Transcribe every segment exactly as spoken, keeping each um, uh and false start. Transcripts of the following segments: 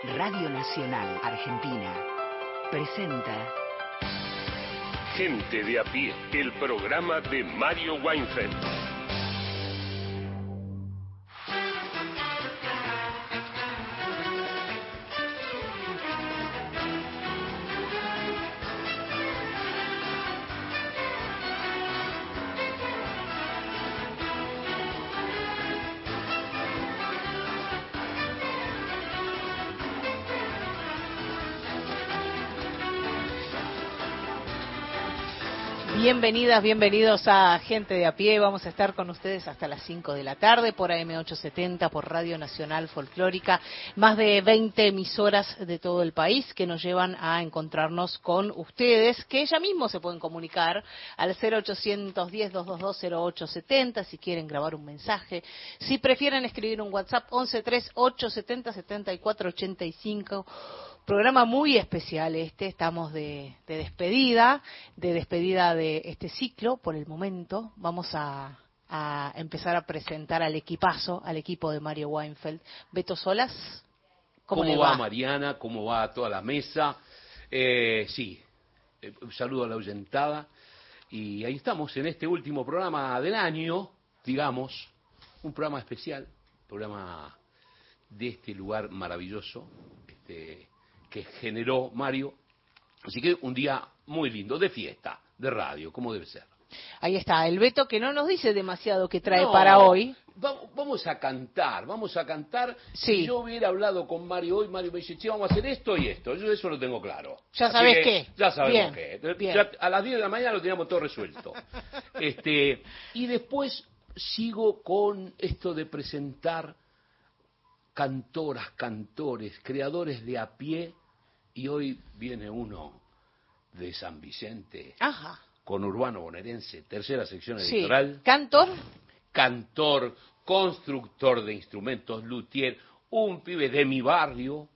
Radio Nacional Argentina presenta Gente de a pie, el programa de Mario Weinfeld. Bienvenidas, bienvenidos a Gente de a Pie. Vamos a estar con ustedes hasta las cinco de la tarde por A M ochocientos setenta, por Radio Nacional Folclórica. Más de veinte emisoras de todo el país que nos llevan a encontrarnos con ustedes, que ya mismo se pueden comunicar al cero ochocientos diez, doscientos veintidós, cero ocho setenta si quieren grabar un mensaje. Si prefieren escribir un WhatsApp, once treinta y ocho setenta setenta y cuatro ochenta y cinco. Programa muy especial este, estamos de, de despedida, de despedida de este ciclo por el momento. Vamos a, a empezar a presentar al equipazo, al equipo de Mario Weinfeld. Beto Solas, ¿cómo, ¿Cómo le va? va Mariana? ¿Cómo va toda la mesa? Eh, sí, eh, un saludo a la ahuyentada. Y ahí estamos en este último programa del año, digamos, un programa especial, programa de este lugar maravilloso, este... que generó Mario, así que un día muy lindo, de fiesta, de radio, como debe ser. Ahí está, el Beto que no nos dice demasiado que trae no, para hoy. Vamos a cantar, vamos a cantar. Sí. Si yo hubiera hablado con Mario hoy, Mario me dice, che, vamos a hacer esto y esto, yo eso lo tengo claro. Ya así sabes que, qué. Ya sabemos bien, qué. Bien. Ya a las diez de la mañana lo teníamos todo resuelto. este Y después sigo con esto de presentar cantoras, cantores, creadores de a pie. Y hoy viene uno de San Vicente, Ajá. con Urbano Bonaerense, tercera sección Sí. electoral. ¿Cantor? Cantor, constructor de instrumentos, luthier, un pibe de mi barrio.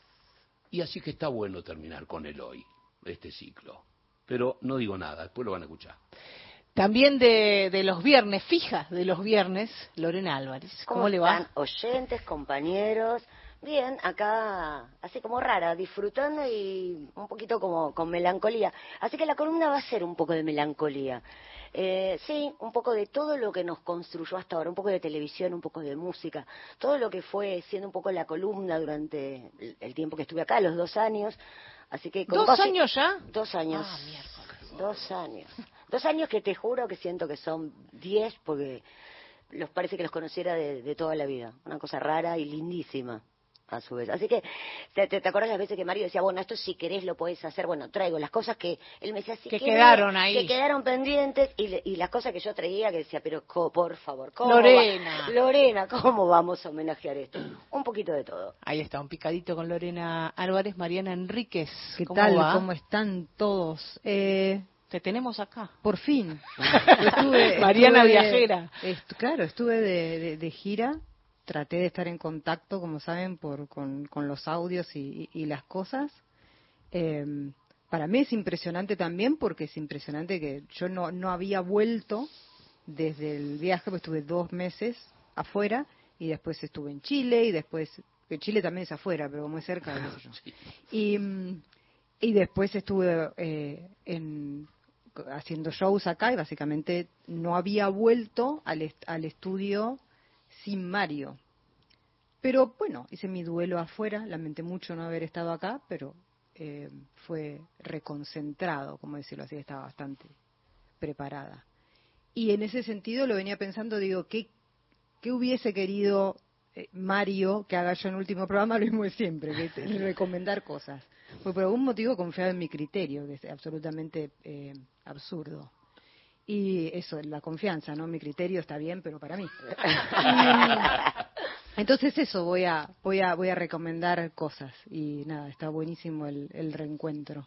Y así que está bueno terminar con él hoy, este ciclo. Pero no digo nada, después lo van a escuchar. También de, de los viernes, fija de los viernes, Lorena Álvarez. ¿Cómo, ¿Cómo le va? están, oyentes, compañeros? Bien, acá, así como rara, disfrutando y un poquito como con melancolía. Así que la columna va a ser un poco de melancolía. Eh, sí, un poco de todo lo que nos construyó hasta ahora, un poco de televisión, un poco de música, todo lo que fue siendo un poco la columna durante el, el tiempo que estuve acá, los dos años. Así que con ¿Dos casi, años ya? Dos años. Ah, miércoles. Dos años. Dos años que te juro que siento que son diez porque los parece que los conociera de, de toda la vida. Una cosa rara y lindísima. A su vez. Así que, ¿te, te, te acuerdas las veces que Mario decía, bueno, esto si querés lo podés hacer? Bueno, traigo las cosas que él me decía, si que querés, quedaron ahí. que quedaron pendientes, y, y las cosas que yo traía que decía, pero co, por favor, ¿cómo Lorena. va? Lorena, ¿cómo vamos a homenajear esto? Un poquito de todo. Ahí está, un picadito con Lorena Álvarez. Mariana Enríquez, ¿qué ¿cómo tal? va? ¿Cómo están todos? Eh, Te tenemos acá. por fin. Estuve, Mariana estuve, viajera. Est claro, estuve de, de, de gira. Traté de estar en contacto, como saben, por, con, con los audios y, y, y las cosas. Eh, para mí es impresionante también, porque es impresionante que yo no, no había vuelto desde el viaje, porque estuve dos meses afuera, y después estuve en Chile, y después, que Chile también es afuera, pero muy cerca, qué sé yo. Sí. Y, y después estuve eh, en, haciendo shows acá, y básicamente no había vuelto al, est al estudio sin Mario. Pero bueno, hice mi duelo afuera, lamenté mucho no haber estado acá, pero eh, fue reconcentrado, como decirlo así, estaba bastante preparada. Y en ese sentido lo venía pensando, digo, ¿qué, qué hubiese querido eh, Mario que haga yo en el último programa? Lo mismo de siempre, que es recomendar cosas. Pues por algún motivo confiaba en mi criterio, que es absolutamente eh, absurdo. Y eso, la confianza, ¿no? Mi criterio está bien, pero para mí. Y, entonces eso, voy a, voy a, voy a recomendar cosas. Y nada, está buenísimo el, el reencuentro.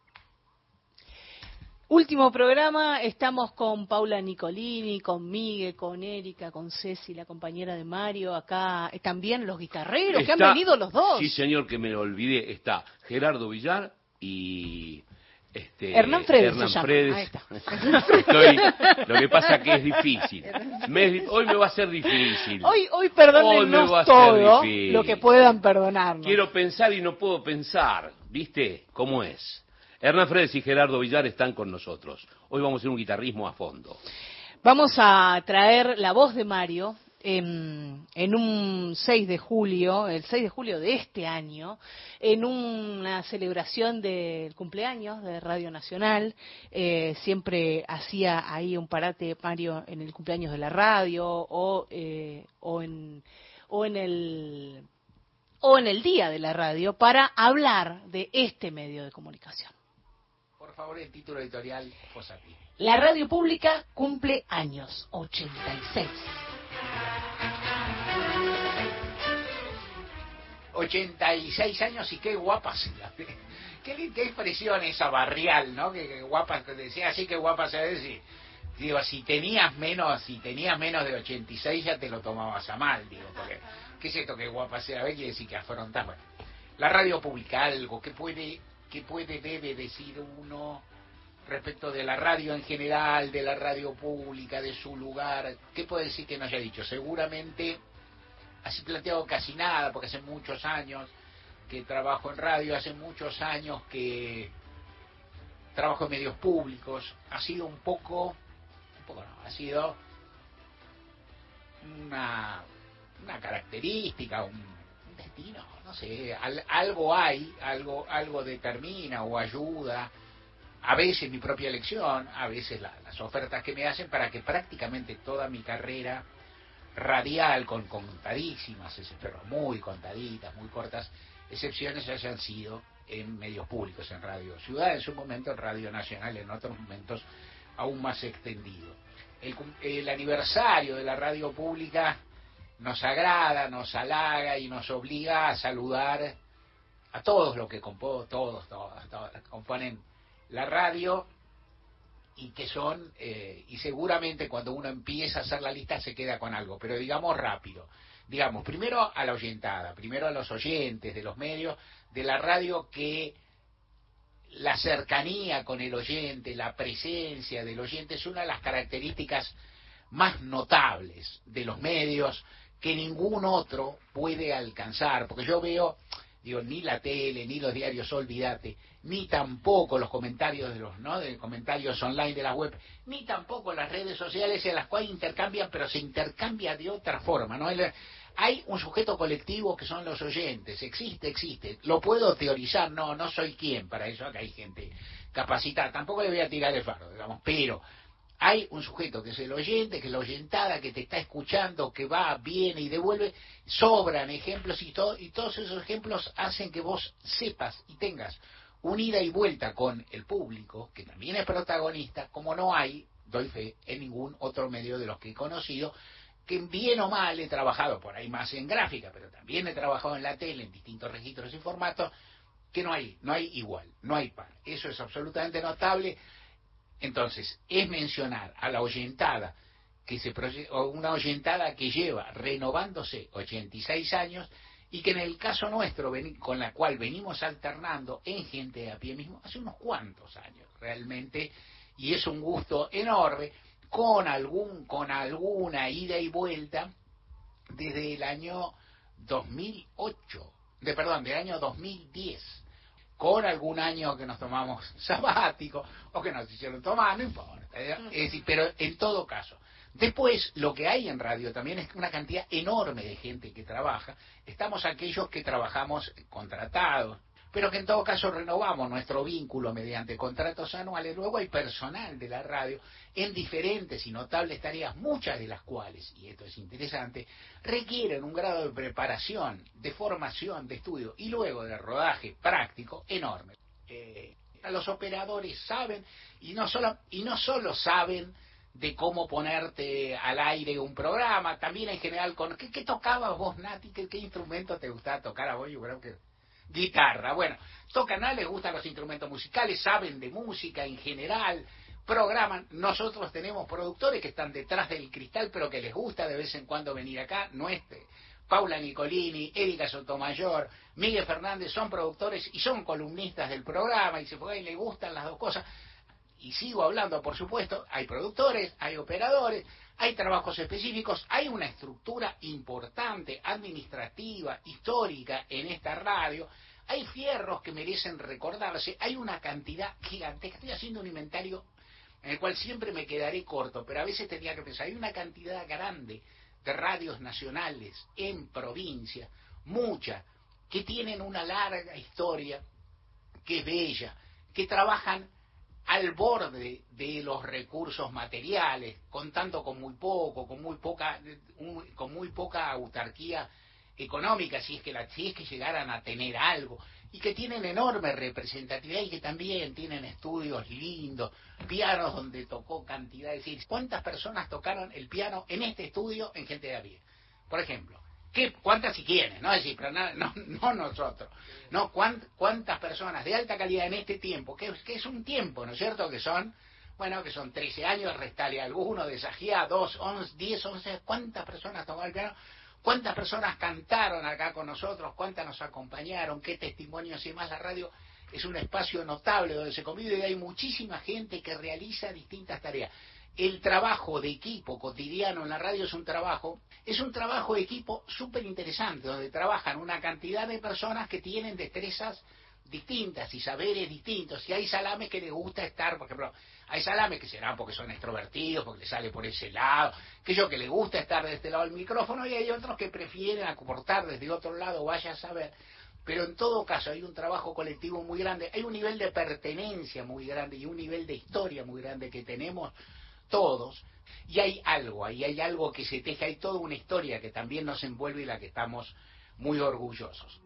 Último programa, estamos con Paula Nicolini, con Migue, con Erika, con Ceci, la compañera de Mario, acá eh, también los guitarreros, Está, que han venido los dos. Sí, señor, que me lo olvidé, está Gerardo Villar y Este, Hernán Fredes Hernán se llama. Fredes. Ahí está. Estoy, lo que pasa que es difícil. Me es- hoy me va a ser difícil. Hoy, hoy Hoy me perdónennos va a ser todo difícil. lo que puedan perdonarnos. Quiero pensar y no puedo pensar. ¿Viste cómo es? Hernán Fredes y Gerardo Villar están con nosotros. Hoy vamos a hacer un guitarrismo a fondo. Vamos a traer la voz de Mario en, en un seis de julio, el seis de julio de este año, en una celebración del cumpleaños de Radio Nacional. Eh, siempre hacía ahí un parate Mario en el cumpleaños de la radio o, eh, o en o en el o en el día de la radio para hablar de este medio de comunicación. Por favor, el título editorial, Fossati. La radio pública cumple años, ochenta y seis. ochenta y seis años y qué guapa se la ve. Qué, qué expresión esa barrial, ¿no? Que, que guapa, te decía así, que guapa se ve. Si, digo, si tenías menos, si tenías menos de ochenta y seis ya te lo tomabas a mal, digo, porque ¿qué es esto que guapa se la ve? Quiere decir que afrontás, bueno, la radio pública, algo que puede, que puede, debe decir uno respecto de la radio en general, de la radio pública, de su lugar. ¿Qué puede decir que no haya dicho? Seguramente así planteado casi nada, porque hace muchos años que trabajo en radio, hace muchos años que trabajo en medios públicos. Ha sido un poco, un poco no, ha sido una, una característica, un, un destino, no sé, al, algo hay, algo, algo determina o ayuda, a veces mi propia elección, a veces la, las ofertas que me hacen para que prácticamente toda mi carrera radial, con contadísimas, pero muy contaditas, muy cortas excepciones, hayan sido en medios públicos, en Radio Ciudad, en su momento en Radio Nacional, en otros momentos aún más extendido. El, el aniversario de la radio pública nos agrada, nos halaga y nos obliga a saludar a todos los que compo, todos, todos, todos componen la radio, y que son, eh, y seguramente cuando uno empieza a hacer la lista se queda con algo, pero digamos rápido. Digamos, primero a la oyentada, primero a los oyentes de los medios, de la radio, que la cercanía con el oyente, la presencia del oyente es una de las características más notables de los medios que ningún otro puede alcanzar, porque yo veo, digo, ni la tele, ni los diarios, olvídate, ni tampoco los comentarios de los, ¿no?, de comentarios online de la web, ni tampoco las redes sociales en las cuales intercambian, pero se intercambia de otra forma, ¿no? El, hay un sujeto colectivo que son los oyentes, existe, existe, lo puedo teorizar, no, no soy quien para eso, acá hay gente capacitada, tampoco le voy a tirar el fardo, digamos, pero hay un sujeto que es el oyente, que es la oyentada, que te está escuchando, que va, viene y devuelve, sobran ejemplos y, todo, y todos esos ejemplos hacen que vos sepas y tengas una ida y vuelta con el público, que también es protagonista, como no hay, doy fe, en ningún otro medio de los que he conocido, que bien o mal he trabajado por ahí más en gráfica, pero también he trabajado en la tele, en distintos registros y formatos, que no hay, no hay igual, no hay par. Eso es absolutamente notable. Entonces, es mencionar a la oyentada, que se proye- o una oyentada que lleva renovándose ochenta y seis años, y que en el caso nuestro, con la cual venimos alternando en Gente de a Pie mismo, hace unos cuantos años realmente, y es un gusto enorme, con algún con alguna ida y vuelta desde el año dos mil ocho, de perdón, del año dos mil diez, con algún año que nos tomamos sabático o que nos hicieron tomar, no importa, ¿eh? Es decir, pero en todo caso. Después, lo que hay en radio también es una cantidad enorme de gente que trabaja. Estamos aquellos que trabajamos contratados, pero que en todo caso renovamos nuestro vínculo mediante contratos anuales. Luego hay personal de la radio en diferentes y notables tareas, muchas de las cuales, y esto es interesante, requieren un grado de preparación, de formación, de estudio y luego de rodaje práctico enorme. Eh, los operadores saben, y no solo, y no solo saben de cómo ponerte al aire un programa, también en general con... ¿Qué, qué tocabas vos, Nati? ¿Qué, ¿Qué instrumento te gustaba tocar a vos? Yo creo que... Guitarra. Bueno, tocan, ¿no? Les gustan los instrumentos musicales, saben de música en general, programan. Nosotros tenemos productores que están detrás del cristal, pero que les gusta de vez en cuando venir acá. No es Paula Nicolini, Erika Sotomayor, Miguel Fernández son productores y son columnistas del programa, y se puede, y le gustan las dos cosas. Y sigo hablando, por supuesto, hay productores, hay operadores, hay trabajos específicos, hay una estructura importante, administrativa, histórica en esta radio, hay fierros que merecen recordarse, hay una cantidad gigantesca. Estoy haciendo un inventario en el cual siempre me quedaré corto, pero a veces tenía que pensar, hay una cantidad grande de radios nacionales en provincia, muchas, que tienen una larga historia, que es bella, que trabajan al borde de los recursos materiales, contando con muy poco, con muy poca, con muy poca autarquía económica, si es que la, si es que llegaran a tener algo, y que tienen enorme representatividad y que también tienen estudios lindos, pianos donde tocó cantidad de decir, ¿cuántas personas tocaron el piano en este estudio en Gente de a Pie? Por ejemplo, ¿qué, cuántas y quiénes? No decir, pero no, no, no nosotros, no cuánt, cuántas personas de alta calidad en este tiempo, que, que es un tiempo, ¿no es cierto? Que son, bueno, que son trece años, restale alguno, desagiá, dos, once, diez, once, ¿cuántas personas tocaron el piano? ¿Cuántas personas cantaron acá con nosotros? ¿Cuántas nos acompañaron? ¿Qué testimonios y más? La radio es un espacio notable donde se convive y hay muchísima gente que realiza distintas tareas. El trabajo de equipo cotidiano en la radio es un trabajo, es un trabajo de equipo súper interesante, donde trabajan una cantidad de personas que tienen destrezas distintas y saberes distintos. Y hay salames que les gusta estar, por ejemplo, hay salames que serán porque son extrovertidos, porque les sale por ese lado, que yo que les gusta estar de este lado del micrófono, y hay otros que prefieren aportar desde otro lado, vaya a saber. Pero en todo caso hay un trabajo colectivo muy grande, hay un nivel de pertenencia muy grande y un nivel de historia muy grande que tenemos todos, y hay algo, ahí hay algo que se teje, hay toda una historia que también nos envuelve y la que estamos muy orgullosos.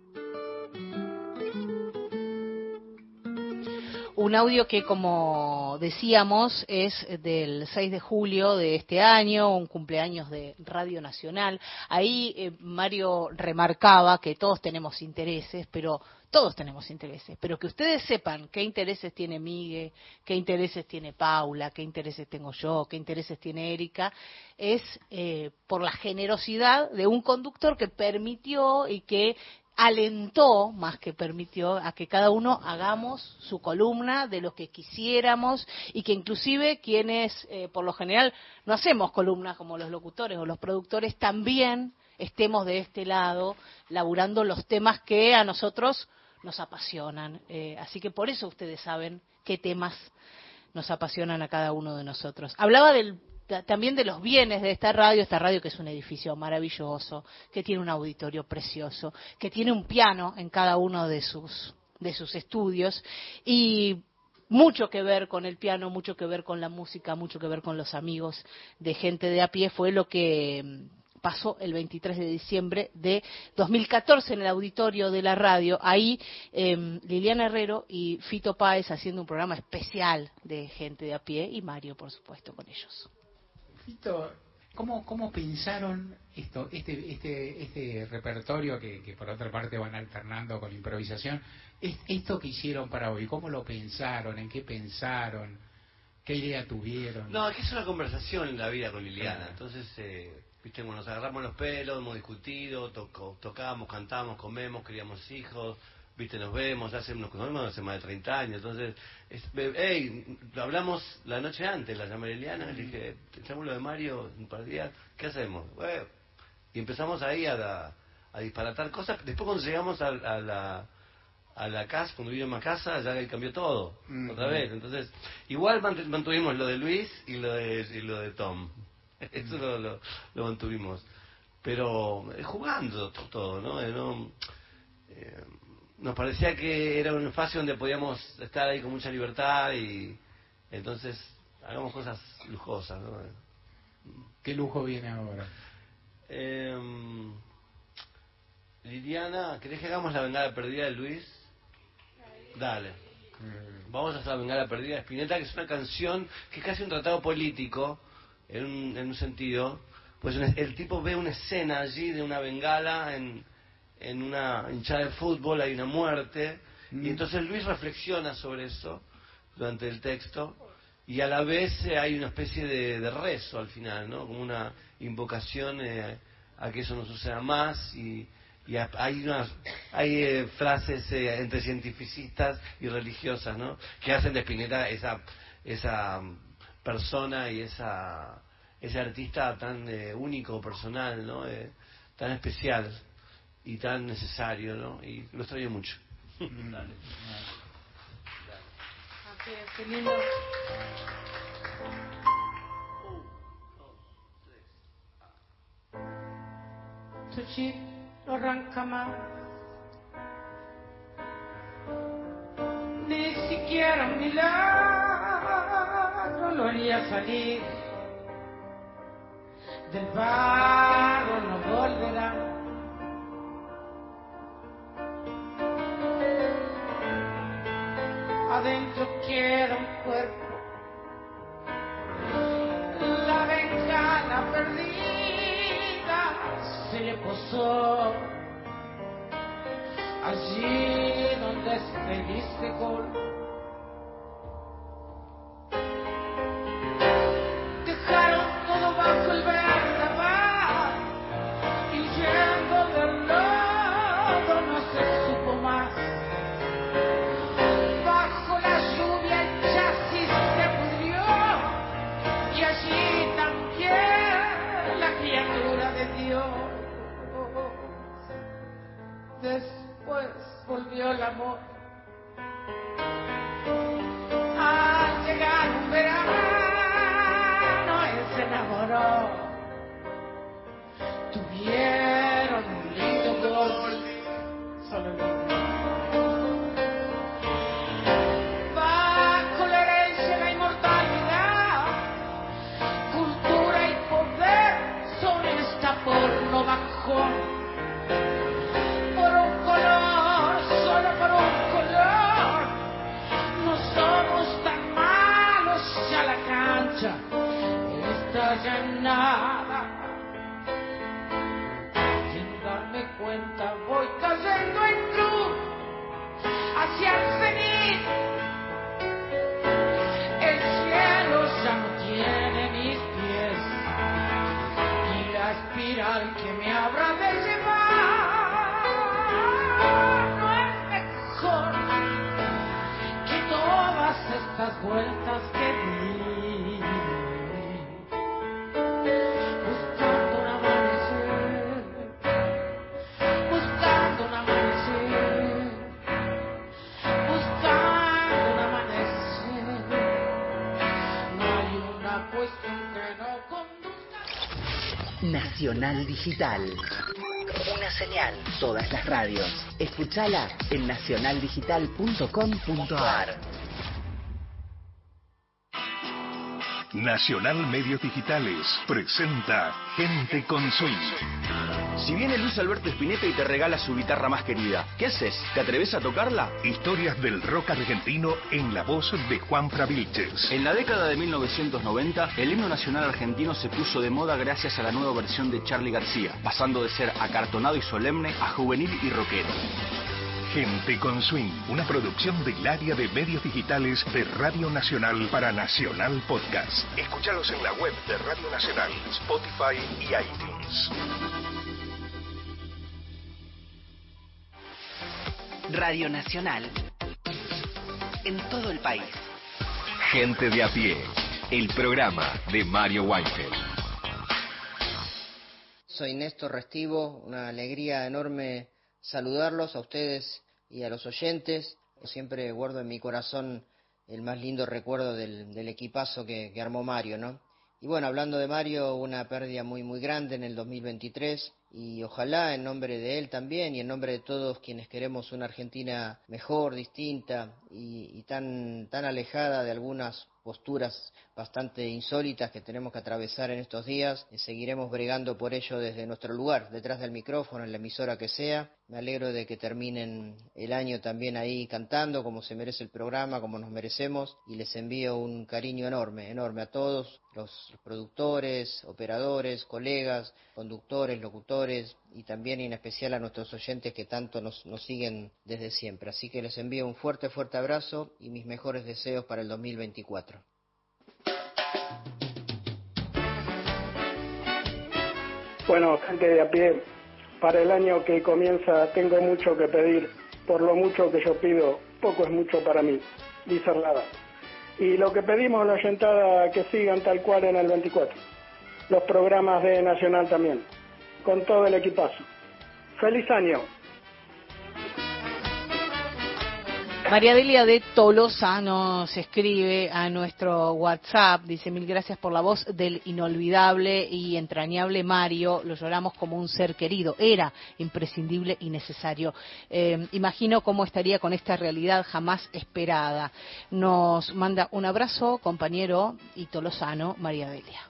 Un audio que, como decíamos, es del seis de julio de este año, un cumpleaños de Radio Nacional. Ahí eh, Mario remarcaba que todos tenemos intereses, pero todos tenemos intereses, pero que ustedes sepan qué intereses tiene Miguel, qué intereses tiene Paula, qué intereses tengo yo, qué intereses tiene Erika, es eh, por la generosidad de un conductor que permitió y que alentó, más que permitió, a que cada uno hagamos su columna de lo que quisiéramos, y que inclusive quienes eh, por lo general no hacemos columnas como los locutores o los productores, también estemos de este lado laburando los temas que a nosotros nos apasionan. Eh, así que por eso ustedes saben qué temas nos apasionan a cada uno de nosotros. Hablaba del también de los bienes de esta radio, esta radio que es un edificio maravilloso, que tiene un auditorio precioso, que tiene un piano en cada uno de sus, de sus estudios, y mucho que ver con el piano, mucho que ver con la música, mucho que ver con los amigos de Gente de a Pie, fue lo que pasó el veintitrés de diciembre de dos mil catorce en el auditorio de la radio. Ahí eh, Liliana Herrero y Fito Páez haciendo un programa especial de Gente de a Pie, y Mario, por supuesto, con ellos. ¿Cómo, cómo pensaron esto, este, este, este repertorio que, que por otra parte van alternando con improvisación? Esto que hicieron para hoy, ¿cómo lo pensaron? ¿En qué pensaron? ¿Qué idea tuvieron? No, es que es una conversación en la vida con Liliana. Entonces, eh, viste, bueno, nos agarramos los pelos, hemos discutido, toco, tocamos, cantamos, comemos, criamos hijos, viste, nos vemos, hace, nos conocemos hace más de treinta años, entonces, es, hey, lo hablamos la noche antes, la llamé a Liliana, le dije, echamos lo de Mario un par de días, ¿qué hacemos? Bueno, y empezamos ahí a, la, a disparatar cosas. Después cuando llegamos a, a la a la casa, cuando vivimos en casa, ya cambió todo, mm-hmm. otra vez, entonces, igual mantuvimos lo de Luis y lo de, y lo de Tom, eso mm-hmm. lo, lo, lo mantuvimos, pero eh, jugando todo, ¿no? Eh, no eh, nos parecía que era un espacio donde podíamos estar ahí con mucha libertad, y entonces hagamos cosas lujosas, ¿no? ¿Qué lujo viene ahora? Eh, Liliana, ¿querés que hagamos La Bengala Perdida de Luis? Dale. Mm. Vamos a hacer La Bengala Perdida de Spinetta, que es una canción que es casi un tratado político, en un, en un sentido. Pues el tipo ve una escena allí de una bengala en... en una hinchada de fútbol, hay una muerte, mm. y entonces Luis reflexiona sobre eso durante el texto, y a la vez hay una especie de, de rezo al final, ¿no? Como una invocación eh, a que eso no suceda más y, y hay unas hay eh, frases eh, entre cientificistas y religiosas, ¿no?, que hacen de Spinetta esa esa persona y esa ese artista tan eh, único, personal, ¿no?, eh, tan especial y tan necesario, ¿no?, y lo extraño mucho. Dale. Así es, qué lindo. Tu chip no arranca más, ni siquiera un milagro lo haría salir del barro, no volverá. Adentro queda un cuerpo, la bengala perdida se le posó allí donde expediste gol. Dejaron todo bajo el vendaval y yendo del lodo no se supo más. Bajo la lluvia el chasis se pudrió y allí también la criatura de Dios. Después volvió el amor. Al llegar un verano él se enamoró. Tuvieron un lindo gol, solo lindo. Bajo la herencia la inmortalidad, cultura y poder son esta porno bajón. Por un color, solo por un color, no somos tan malos, ya la cancha está llenada. Sin darme cuenta voy cayendo en cruz hacia el cenit. El cielo ya no tiene mis pies y la espiral que me habrá de llevar no es mejor que todas estas vueltas que di, buscando un amanecer, buscando un amanecer, buscando un amanecer. No hay una cuestión que no conduzca. Nacional Digital. Una señal. Todas las radios. Escúchala en nacional digital punto com punto a r. Nacional Medios Digitales presenta Gente con Swing. Si viene Luis Alberto Spinetta y te regala su guitarra más querida, ¿qué haces? ¿Te atreves a tocarla? Historias del rock argentino en la voz de Juanfra Vilches. En la década de mil novecientos noventa, el himno nacional argentino se puso de moda gracias a la nueva versión de Charly García, pasando de ser acartonado y solemne a juvenil y rockero. Gente con Swing, una producción del área de medios digitales de Radio Nacional para Nacional Podcast. Escúchalos en la web de Radio Nacional, Spotify y iTunes. Radio Nacional. En todo el país. Gente de a pie, el programa de Mario Weinfeld. Soy Néstor Restivo, una alegría enorme saludarlos a ustedes y a los oyentes. Siempre guardo en mi corazón el más lindo recuerdo del, del equipazo que, que armó Mario, ¿no? Y bueno, hablando de Mario, una pérdida muy muy grande en el dos mil veintitrés, y ojalá en nombre de él también y en nombre de todos quienes queremos una Argentina mejor, distinta y, y tan, tan alejada de algunas posturas bastante insólitas que tenemos que atravesar en estos días, y seguiremos bregando por ello desde nuestro lugar, detrás del micrófono, en la emisora que sea. Me alegro de que terminen el año también ahí cantando como se merece el programa, como nos merecemos, y les envío un cariño enorme, enorme a todos, los productores, operadores, colegas, conductores, locutores, y también en especial a nuestros oyentes que tanto nos, nos siguen desde siempre. Así que les envío un fuerte, fuerte abrazo y mis mejores deseos para el dos mil veinticuatro. Bueno, gente de a pie, para el año que comienza tengo mucho que pedir, por lo mucho que yo pido, poco es mucho para mí, dice Rada. Y lo que pedimos la oyentada que sigan tal cual en el veinticuatro. Los programas de Nacional también, con todo el equipazo. ¡Feliz año! María Delia de Tolosa nos escribe a nuestro WhatsApp, dice: mil gracias por la voz del inolvidable y entrañable Mario, lo lloramos como un ser querido, era imprescindible y necesario. Eh, imagino cómo estaría con esta realidad jamás esperada. Nos manda un abrazo, compañero y tolosano, María Delia.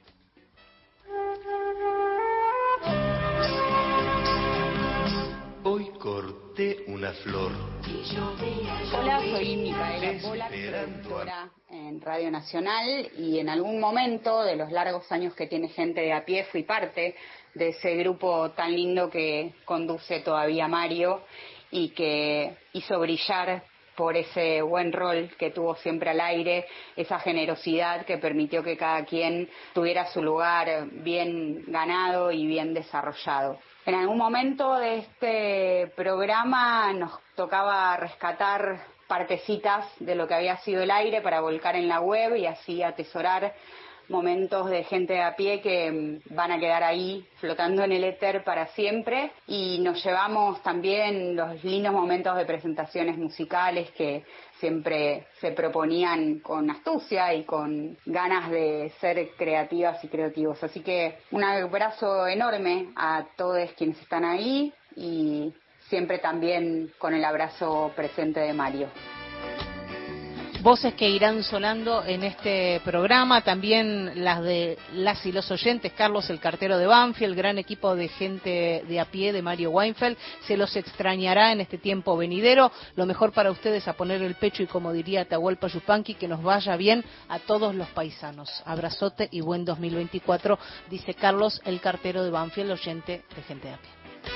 Hoy corté una flor. Hola, soy Micaela Pola, productora en Radio Nacional, y en algún momento de los largos años que tiene Gente de a Pie fui parte de ese grupo tan lindo que conduce todavía Mario y que hizo brillar por ese buen rol que tuvo siempre al aire, esa generosidad que permitió que cada quien tuviera su lugar bien ganado y bien desarrollado. En algún momento de este programa nos tocaba rescatar partecitas de lo que había sido el aire para volcar en la web y así atesorar momentos de Gente de a Pie que van a quedar ahí flotando en el éter para siempre, y nos llevamos también los lindos momentos de presentaciones musicales que siempre se proponían con astucia y con ganas de ser creativas y creativos. Así que un abrazo enorme a todos quienes están ahí y siempre también con el abrazo presente de Mario. Voces que irán sonando en este programa, también las de las y los oyentes. Carlos, el cartero de Banfield, gran equipo de Gente de a Pie de Mario Weinfeld, se los extrañará en este tiempo venidero. Lo mejor para ustedes a poner el pecho y, como diría Atahualpa Yupanqui, que nos vaya bien a todos los paisanos. Abrazote y buen dos mil veinticuatro, dice Carlos, el cartero de Banfield, oyente de Gente de a Pie.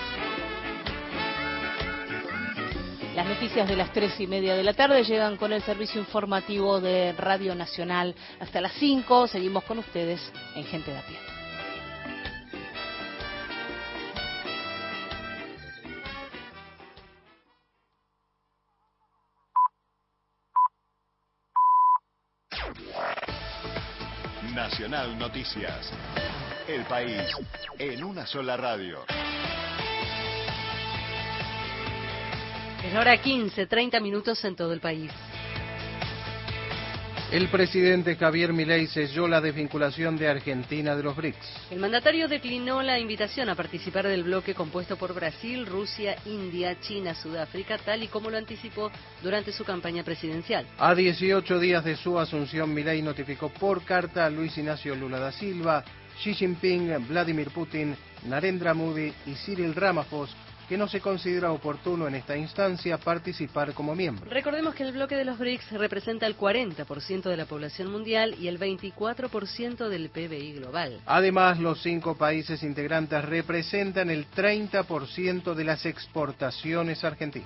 Las noticias de las tres y media de la tarde llegan con el servicio informativo de Radio Nacional. Hasta las cinco seguimos con ustedes en Gente de a Pie. Nacional Noticias. El país en una sola radio. Es la hora quince, treinta minutos en todo el país. El presidente Javier Milei selló la desvinculación de Argentina de los B R I C S. El mandatario declinó la invitación a participar del bloque compuesto por Brasil, Rusia, India, China, Sudáfrica, tal y como lo anticipó durante su campaña presidencial. A dieciocho días de su asunción, Milei notificó por carta a Luis Ignacio Lula da Silva, Xi Jinping, Vladimir Putin, Narendra Modi y Cyril Ramaphosa que no se considera oportuno en esta instancia participar como miembro. Recordemos que el bloque de los B R I C S representa el cuarenta por ciento de la población mundial y el veinticuatro por ciento del P B I global. Además, los cinco países integrantes representan el treinta por ciento de las exportaciones argentinas.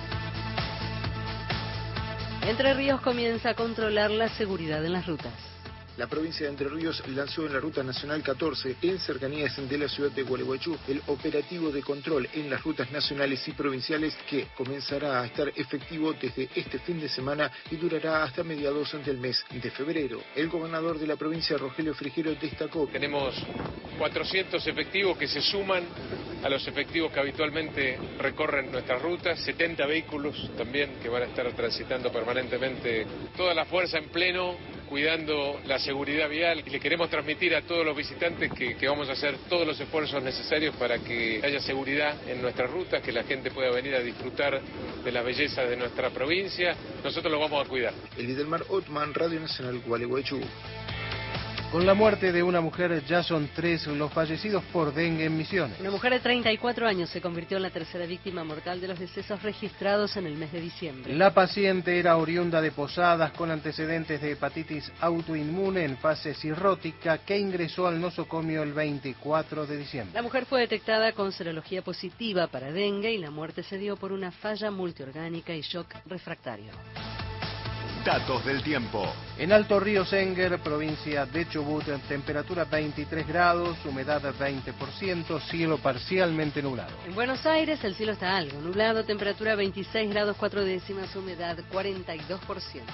Entre Ríos comienza a controlar la seguridad en las rutas. La provincia de Entre Ríos lanzó en la Ruta Nacional catorce, en cercanías de la ciudad de Gualeguaychú, el operativo de control en las rutas nacionales y provinciales que comenzará a estar efectivo desde este fin de semana y durará hasta mediados del mes de febrero. El gobernador de la provincia, Rogelio Frigerio, destacó: tenemos cuatrocientos efectivos que se suman a los efectivos que habitualmente recorren nuestras rutas, setenta vehículos también que van a estar transitando permanentemente, toda la fuerza en pleno, cuidando la seguridad vial, y le queremos transmitir a todos los visitantes que, que vamos a hacer todos los esfuerzos necesarios para que haya seguridad en nuestras rutas, que la gente pueda venir a disfrutar de las bellezas de nuestra provincia. Nosotros lo vamos a cuidar. Elidelmar Otman, Radio Nacional, Gualeguaychú. Con la muerte de una mujer, ya son tres los fallecidos por dengue en Misiones. Una mujer de treinta y cuatro años se convirtió en la tercera víctima mortal de los decesos registrados en el mes de diciembre. La paciente era oriunda de Posadas, con antecedentes de hepatitis autoinmune en fase cirrótica, que ingresó al nosocomio el veinticuatro de diciembre. La mujer fue detectada con serología positiva para dengue y la muerte se dio por una falla multiorgánica y shock refractario. Datos del tiempo. En Alto Río Senguer, provincia de Chubut, temperatura veintitrés grados, humedad veinte por ciento, cielo parcialmente nublado. En Buenos Aires el cielo está algo nublado, temperatura veintiséis grados cuatro décimas, humedad cuarenta y dos por ciento.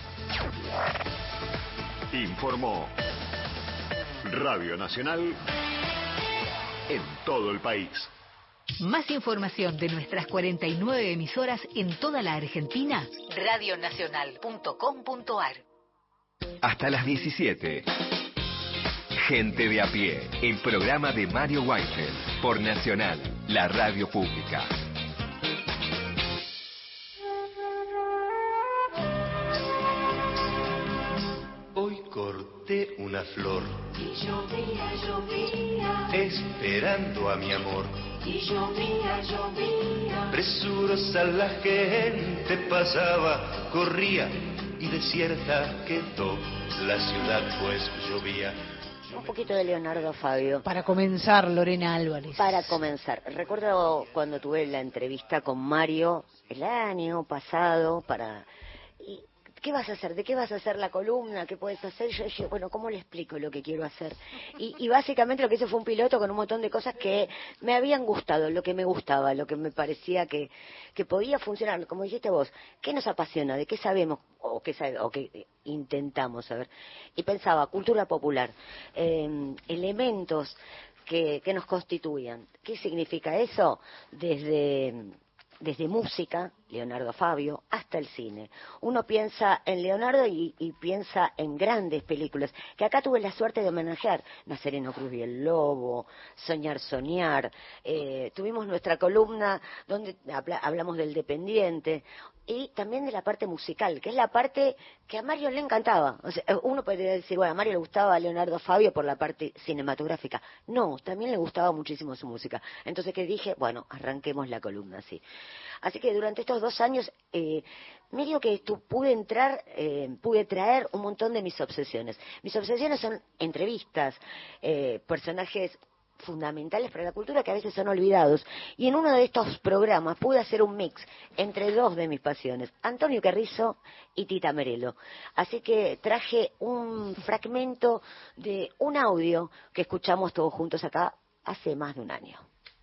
Informó Radio Nacional en todo el país. Más información de nuestras cuarenta y nueve emisoras en toda la Argentina, radio nacional punto com punto ar. Hasta las diecisiete. Gente de a pie, el programa de Mario Weinfeld por Nacional, la radio pública. Hoy corté una flor, Y llovía, llovía, esperando a mi amor. y llovía, llovía. Presurosa la gente pasaba, corría y desierta quedó la ciudad, pues llovía. Un poquito de Leonardo Fabio. Para comenzar, Lorena Álvarez. Para comenzar, recuerdo cuando tuve la entrevista con Mario el año pasado para... y, ¿qué vas a hacer? ¿De qué vas a hacer la columna? ¿Qué puedes hacer? Yo dije, bueno, ¿cómo le explico lo que quiero hacer? Y, y básicamente lo que hice fue un piloto con un montón de cosas que me habían gustado, lo que me gustaba, lo que me parecía que, que podía funcionar. Como dijiste vos, ¿qué nos apasiona? ¿De qué sabemos? O qué, sabe, o qué intentamos saber. Y pensaba, cultura popular, eh, elementos que, que nos constituyan. ¿Qué significa eso? Desde... desde música, Leonardo Fabio, hasta el cine. Uno piensa en Leonardo y, y piensa en grandes películas, que acá tuve la suerte de homenajear. Nazareno Cruz y el Lobo, Soñar, Soñar. Eh, tuvimos nuestra columna donde habla, hablamos del dependiente y también de la parte musical, que es la parte que a Mario le encantaba. O sea, uno podría decir, bueno, a Mario le gustaba a Leonardo Fabio por la parte cinematográfica. No, también le gustaba muchísimo su música. Entonces que dije, bueno, arranquemos la columna así. Así que durante estos dos años, eh, medio que tú, pude entrar, eh, pude traer un montón de mis obsesiones. Mis obsesiones son entrevistas, eh, personajes fundamentales para la cultura que a veces son olvidados. Y en uno de estos programas pude hacer un mix entre dos de mis pasiones, Antonio Carrizo y Tita Merelo. Así que traje un fragmento de un audio que escuchamos todos juntos acá hace más de un año.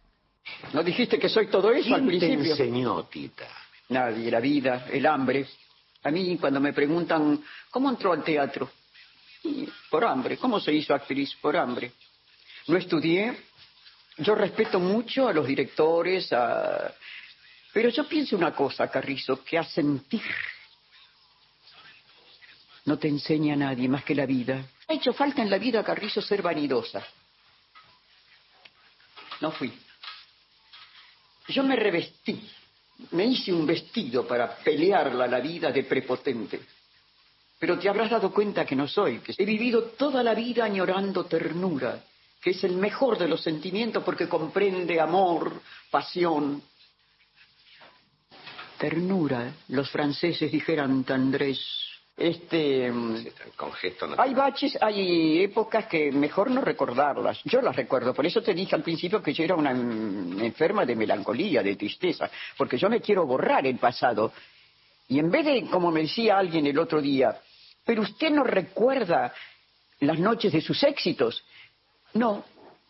¿No dijiste que soy todo eso al principio? ¿Quién te enseñó, Tita? Nadie, la vida, el hambre. A mí cuando me preguntan, ¿cómo entró al teatro? Y por hambre. ¿Cómo se hizo actriz? Por hambre. No estudié. Yo respeto mucho a los directores, a... pero yo pienso una cosa, Carrizo, que a sentir no te enseña a nadie más que la vida. Ha hecho falta en la vida, Carrizo, ser vanidosa. No fui. Yo me revestí, me hice un vestido para pelearla la vida de prepotente. Pero te habrás dado cuenta que no soy, que he vivido toda la vida añorando ternura, que es el mejor de los sentimientos porque comprende amor, pasión. Ternura, los franceses dijeran tendrés. Este, Con gesto no. hay baches, hay épocas que mejor no recordarlas. Yo las recuerdo, por eso te dije al principio que yo era una enferma de melancolía, de tristeza, porque yo me quiero borrar el pasado. Y en vez de, como me decía alguien el otro día, pero usted no recuerda las noches de sus éxitos. No.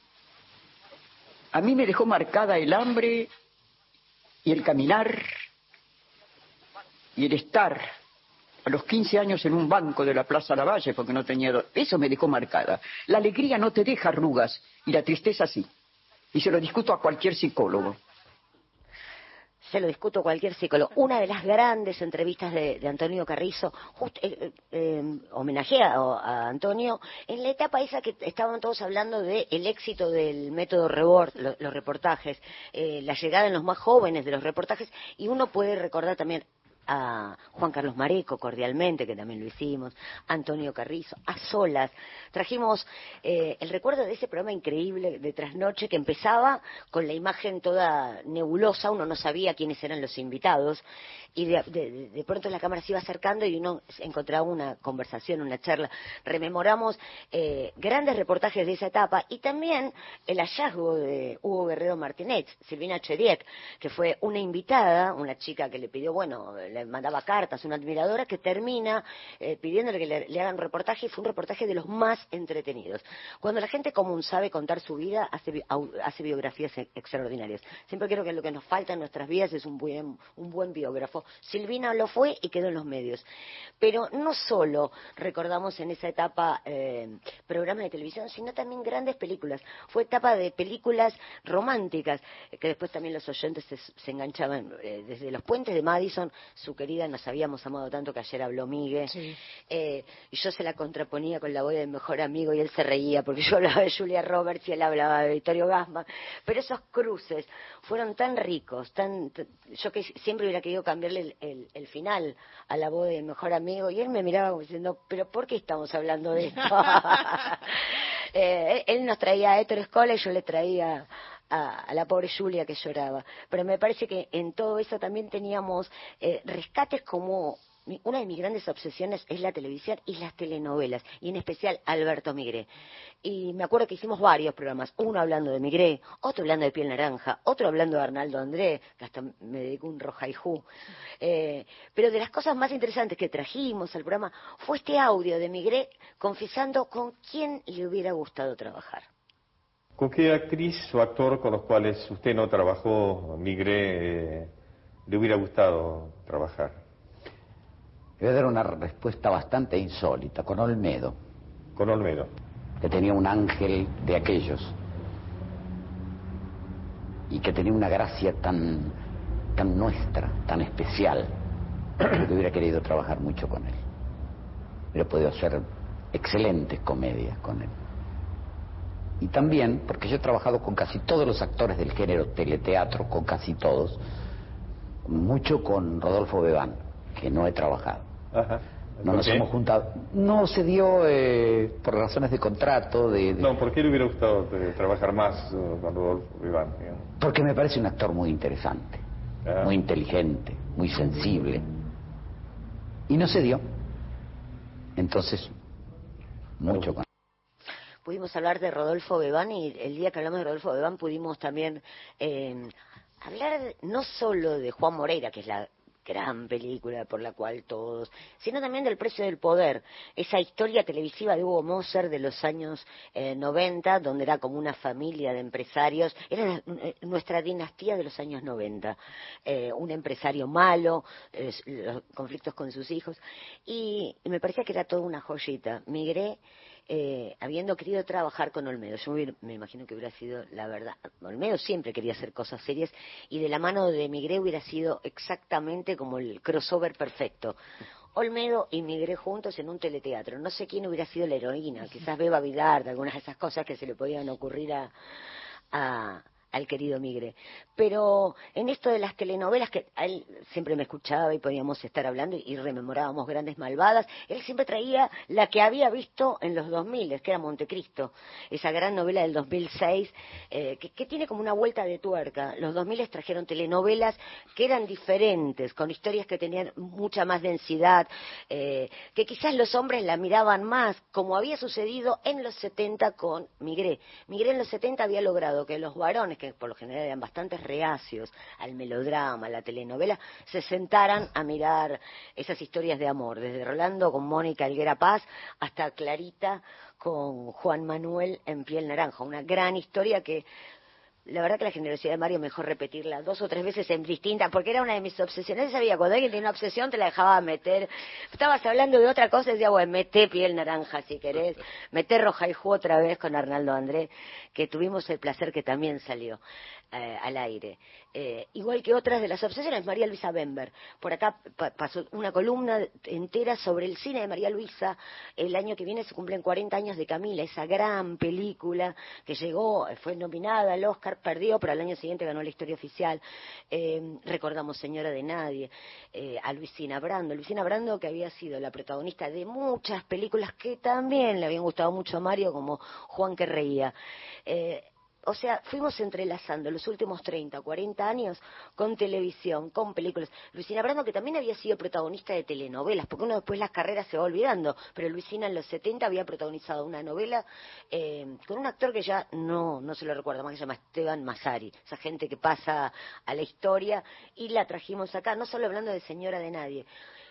A mí me dejó marcada el hambre y el caminar y el estar a los quince años en un banco de la Plaza Lavalle porque no tenía... Do... Eso me dejó marcada. La alegría no te deja arrugas y la tristeza sí. Y se lo discuto a cualquier psicólogo. Se lo discuto a cualquier psicólogo. Una de las grandes entrevistas de, de Antonio Carrizo, just, eh, eh, homenajea a Antonio, en la etapa esa que estaban todos hablando del éxito del método Rebord, lo, los reportajes, eh, la llegada en los más jóvenes de los reportajes, y uno puede recordar también a Juan Carlos Mareco, cordialmente, que también lo hicimos, Antonio Carrizo, a solas. Trajimos eh, el recuerdo de ese programa increíble de Trasnoche que empezaba con la imagen toda nebulosa, uno no sabía quiénes eran los invitados, y de, de, de pronto la cámara se iba acercando y uno encontraba una conversación, una charla. Rememoramos eh, grandes reportajes de esa etapa y también el hallazgo de Hugo Guerrero Martínez, Silvina Chediek, que fue una invitada, una chica que le pidió, bueno, le mandaba cartas, una admiradora que termina eh, pidiéndole que le, le hagan un reportaje, y fue un reportaje de los más entretenidos. Cuando la gente común sabe contar su vida, hace, hace biografías extraordinarias. Siempre creo que lo que nos falta en nuestras vidas es un buen, un buen biógrafo. Silvina lo fue y quedó en los medios. Pero no solo recordamos en esa etapa eh, programas de televisión, sino también grandes películas. Fue etapa de películas románticas, que después también los oyentes se, se enganchaban. Eh, desde Los Puentes de Madison, su querida Nos habíamos amado tanto, que ayer habló Migue. Sí. Eh, y yo se la contraponía con La boda del mejor amigo, y él se reía, porque yo hablaba de Julia Roberts y él hablaba de Vittorio Gassman. Pero esos cruces fueron tan ricos, tan, t- yo que siempre hubiera querido cambiarle el, el, el final a La boda del mejor amigo, y él me miraba como diciendo, pero ¿por qué estamos hablando de esto? eh, él nos traía a Héctor Escola y yo le traía a, a la pobre Julia que lloraba. Pero me parece que en todo eso también teníamos eh, rescates como... Una de mis grandes obsesiones es la televisión y las telenovelas, y en especial Alberto Migré. Y me acuerdo que hicimos varios programas, uno hablando de Migré, otro hablando de Piel Naranja, otro hablando de Arnaldo André, que hasta me dedicó un rojaijú. Eh, pero de las cosas más interesantes que trajimos al programa fue este audio de Migré confesando con quién le hubiera gustado trabajar. ¿Con qué actriz o actor con los cuales usted no trabajó, Migré, eh, le hubiera gustado trabajar? Voy a dar una respuesta bastante insólita, con Olmedo. Con Olmedo. Que tenía un ángel de aquellos. Y que tenía una gracia tan, tan nuestra, tan especial, que hubiera querido trabajar mucho con él. Hubiera podido hacer excelentes comedias con él. Y también, porque yo he trabajado con casi todos los actores del género teleteatro, con casi todos, mucho con Rodolfo Bebán, que no he trabajado. Ajá. No nos qué? hemos juntado. No se dio eh, por razones de contrato. De, de... No, ¿por qué le hubiera gustado eh, trabajar más uh, con Rodolfo Bebán? Digamos? Porque me parece un actor muy interesante, Ajá. muy inteligente, muy sensible. Y no se dio. Entonces, mucho con... Pudimos hablar de Rodolfo Bebán, y el día que hablamos de Rodolfo Bebán pudimos también eh, hablar de, no solo de Juan Moreira, que es la gran película por la cual todos, sino también del Precio del Poder, esa historia televisiva de Hugo Moser de los años eh, noventa, donde era como una familia de empresarios, era eh, nuestra dinastía de los años noventa, eh, un empresario malo, eh, los conflictos con sus hijos, y, y me parecía que era toda una joyita. Migré, Eh, habiendo querido trabajar con Olmedo, yo me, me imagino que hubiera sido la verdad, Olmedo siempre quería hacer cosas serias, y de la mano de Migré hubiera sido exactamente como el crossover perfecto. Olmedo y Migré juntos en un teleteatro. No sé quién hubiera sido la heroína, quizás Beba Vidarte, algunas de esas cosas que se le podían ocurrir a, a al querido Migré. Pero en esto de las telenovelas, que a él siempre me escuchaba y podíamos estar hablando y rememorábamos Grandes Malvadas, él siempre traía la que había visto en los dos mil, que era Montecristo, esa gran novela del dos mil seis, eh, que, que tiene como una vuelta de tuerca. Los dos mil trajeron telenovelas que eran diferentes, con historias que tenían mucha más densidad, eh, que quizás los hombres la miraban más, como había sucedido en los setenta con Migré. Migré en los setenta había logrado que los varones, que por lo general eran bastante reacios al melodrama, a la telenovela, se sentaran a mirar esas historias de amor, desde Rolando con Mónica Helguera Paz hasta Clarita con Juan Manuel en Piel Naranja, una gran historia que la verdad que la generosidad de Mario, mejor repetirla dos o tres veces en distintas, porque era una de mis obsesiones. Sabía, cuando alguien tenía una obsesión te la dejaba meter. Estabas hablando de otra cosa y decía, bueno, meté Piel Naranja si querés, meté Rojaijú otra vez con Arnaldo André, que tuvimos el placer que también salió eh, al aire. Eh, igual que otras de las obsesiones, María Luisa Bember. Por acá pa pasó una columna entera sobre el cine de María Luisa. El año que viene se cumplen cuarenta años de Camila, esa gran película que llegó, fue nominada al Oscar, perdió, pero al año siguiente ganó la Historia Oficial. Eh, recordamos Señora de Nadie, eh, a Luisina Brando. Luisina Brando, que había sido la protagonista de muchas películas que también le habían gustado mucho a Mario, como Juan que reía. Eh, o sea, fuimos entrelazando los últimos treinta, cuarenta años con televisión, con películas. Luisina Brando, que también había sido protagonista de telenovelas, porque uno después las carreras se va olvidando, pero Luisina en los setenta había protagonizado una novela eh, con un actor que ya no, no se lo recuerdo más, que se llama Esteban Massari, esa gente que pasa a la historia, y la trajimos acá, no solo hablando de Señora de Nadie,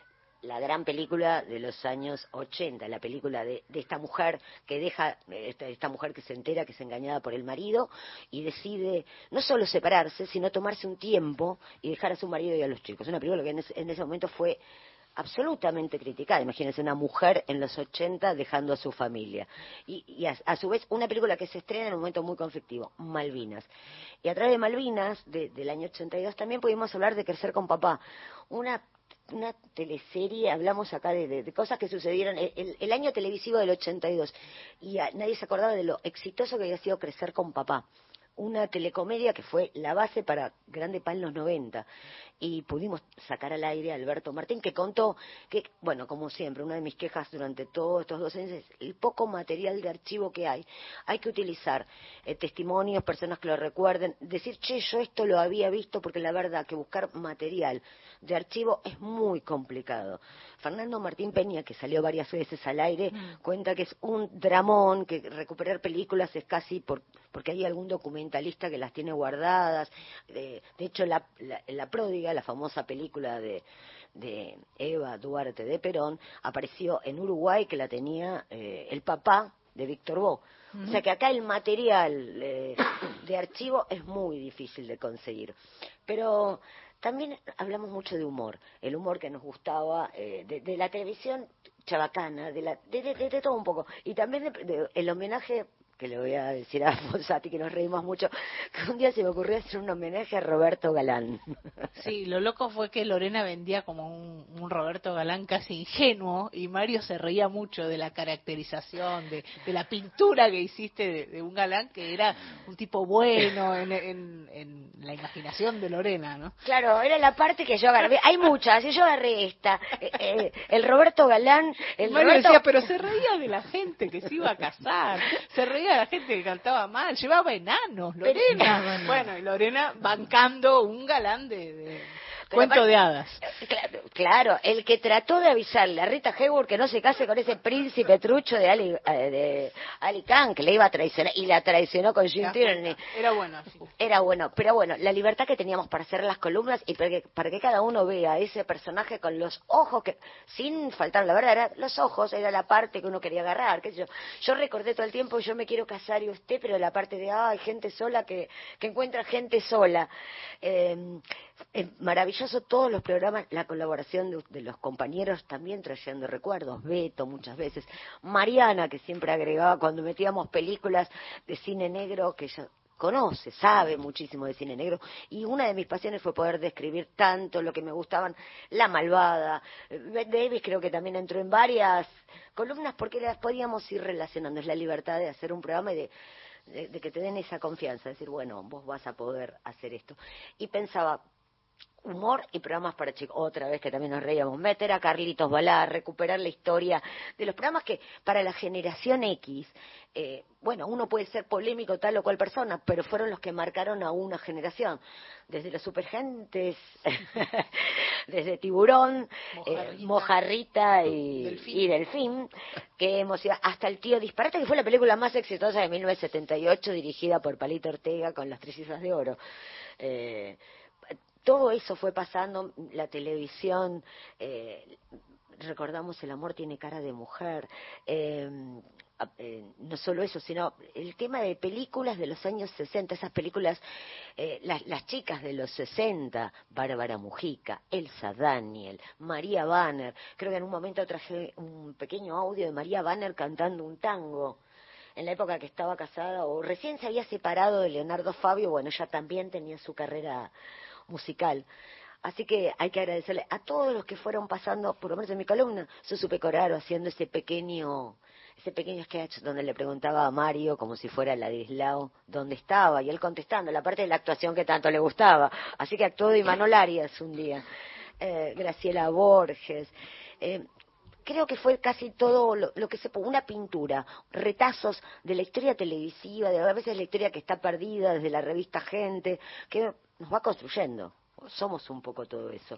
la gran película de los años ochenta, la película de, de esta mujer que deja, esta, esta mujer que se entera que es engañada por el marido y decide no solo separarse, sino tomarse un tiempo y dejar a su marido y a los chicos. Una película que en ese, en ese momento fue absolutamente criticada. Imagínense una mujer en los ochenta dejando a su familia. Y, y a, a su vez una película que se estrena en un momento muy conflictivo, Malvinas. Y a través de Malvinas, de, del año ochenta y dos, también pudimos hablar de Crecer con Papá. Una una teleserie, hablamos acá de, de, de cosas que sucedieron el, el, el año televisivo del ochenta y dos, y a, nadie se acordaba de lo exitoso que había sido Crecer con Papá, una telecomedia que fue la base para Grande Pa en los noventa, y pudimos sacar al aire a Alberto Martín, que contó que, bueno, como siempre, una de mis quejas durante todos estos dos años es el poco material de archivo que hay. Hay que utilizar eh, testimonios, personas que lo recuerden, decir, che, yo esto lo había visto, porque la verdad que buscar material de archivo es muy complicado. Fernando Martín Peña, que salió varias veces al aire, mm. cuenta que es un dramón, que recuperar películas es casi por, porque hay algún documentalista que las tiene guardadas. De, de hecho, la, la, la pródiga, la famosa película de, de Eva Duarte de Perón, apareció en Uruguay, que la tenía eh, el papá de Víctor Bo. Mm. O sea que acá el material eh, de archivo es muy difícil de conseguir. Pero también hablamos mucho de humor, el humor que nos gustaba, eh, de, de la televisión chabacana, de, la, de, de, de todo un poco. Y también de, de, el homenaje, que le voy a decir a Fossati, que nos reímos mucho, que un día se me ocurrió hacer un homenaje a Roberto Galán. Sí, lo loco fue que Lorena vendía como un, un Roberto Galán casi ingenuo, y Mario se reía mucho de la caracterización, de, de la pintura que hiciste de, de un Galán que era un tipo bueno en, en, en la imaginación de Lorena, ¿no? Claro, era la parte que yo agarré. Hay muchas, y yo agarré esta. Eh, eh, el Roberto Galán... El Mario Roberto... decía, pero se reía de la gente que se iba a casar, se reía de la gente que cantaba mal, llevaba enanos, Lorena. Bueno, y Lorena bancando un Galán de, de cuento aparte, de hadas. Claro, claro, el que trató de avisarle a Rita Hayworth que no se case con ese príncipe trucho de Ali, de Ali Khan, que le iba a traicionar, y la traicionó con Jim Tierney. Era bueno. Sí. Era bueno, pero bueno, la libertad que teníamos para hacer las columnas y para que, para que cada uno vea ese personaje con los ojos, que sin faltar la verdad, era, los ojos era la parte que uno quería agarrar, qué sé yo. Yo recordé todo el tiempo, yo me quiero casar y usted, pero la parte de, ah, hay gente sola que, que encuentra gente sola. Eh, es maravilloso todos los programas, la colaboración de, de los compañeros también trayendo recuerdos, Beto muchas veces, Mariana, que siempre agregaba cuando metíamos películas de cine negro, que ella conoce, sabe muchísimo de cine negro, y una de mis pasiones fue poder describir tanto lo que me gustaban, La Malvada. Bette Davis creo que también entró en varias columnas porque las podíamos ir relacionando, es la libertad de hacer un programa y de De, de que te den esa confianza, decir, bueno, vos vas a poder hacer esto. Y pensaba, humor y programas para chicos, otra vez que también nos reíamos, meter a Carlitos Balá, recuperar la historia de los programas que para la generación X, eh, bueno, uno puede ser polémico tal o cual persona, pero fueron los que marcaron a una generación, desde los Supergentes, desde Tiburón, Mojarrita, eh, Mojarrita y Delfín. y Delfín, que hemos ido hasta El Tío Disparate, que fue la película más exitosa de mil novecientos setenta y ocho, dirigida por Palito Ortega con Las Trillizas de Oro. Eh, todo eso fue pasando, la televisión, eh, recordamos El amor tiene cara de mujer, eh, eh, no solo eso, sino el tema de películas de los años sesenta, esas películas, eh, las, las chicas de los sesenta, Bárbara Mujica, Elsa Daniel, María Banner, creo que en un momento traje un pequeño audio de María Banner cantando un tango, en la época que estaba casada, o recién se había separado de Leonardo Fabio, bueno, ella también tenía su carrera musical. Así que hay que agradecerle a todos los que fueron pasando, por lo menos en mi columna, Susupe Coraro haciendo ese pequeño ese pequeño sketch donde le preguntaba a Mario, como si fuera Ladislao, dónde estaba, y él contestando, la parte de la actuación que tanto le gustaba. Así que actuó de Imanol Arias un día. Eh, Graciela Borges. Eh, creo que fue casi todo lo, lo que se pudo, una pintura, retazos de la historia televisiva, de a veces la historia que está perdida desde la revista Gente, que nos va construyendo. Somos un poco todo eso.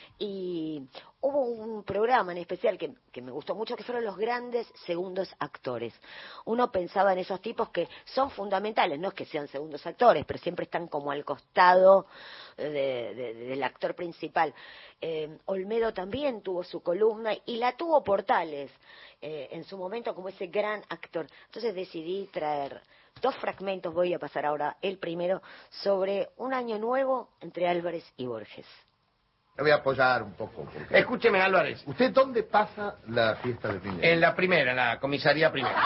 Y hubo un programa en especial que, que me gustó mucho, que fueron los grandes segundos actores. Uno pensaba en esos tipos que son fundamentales, no es que sean segundos actores, pero siempre están como al costado de, de, del actor principal. Eh, Olmedo también tuvo su columna y la tuvo Portales eh, en su momento como ese gran actor. Entonces decidí traer dos fragmentos, voy a pasar ahora el primero, sobre un año nuevo entre Álvarez y Borges. Me voy a apoyar un poco. Porque... Escúcheme, Álvarez. ¿Usted dónde pasa la fiesta de fin de año? En la primera, en la comisaría primera.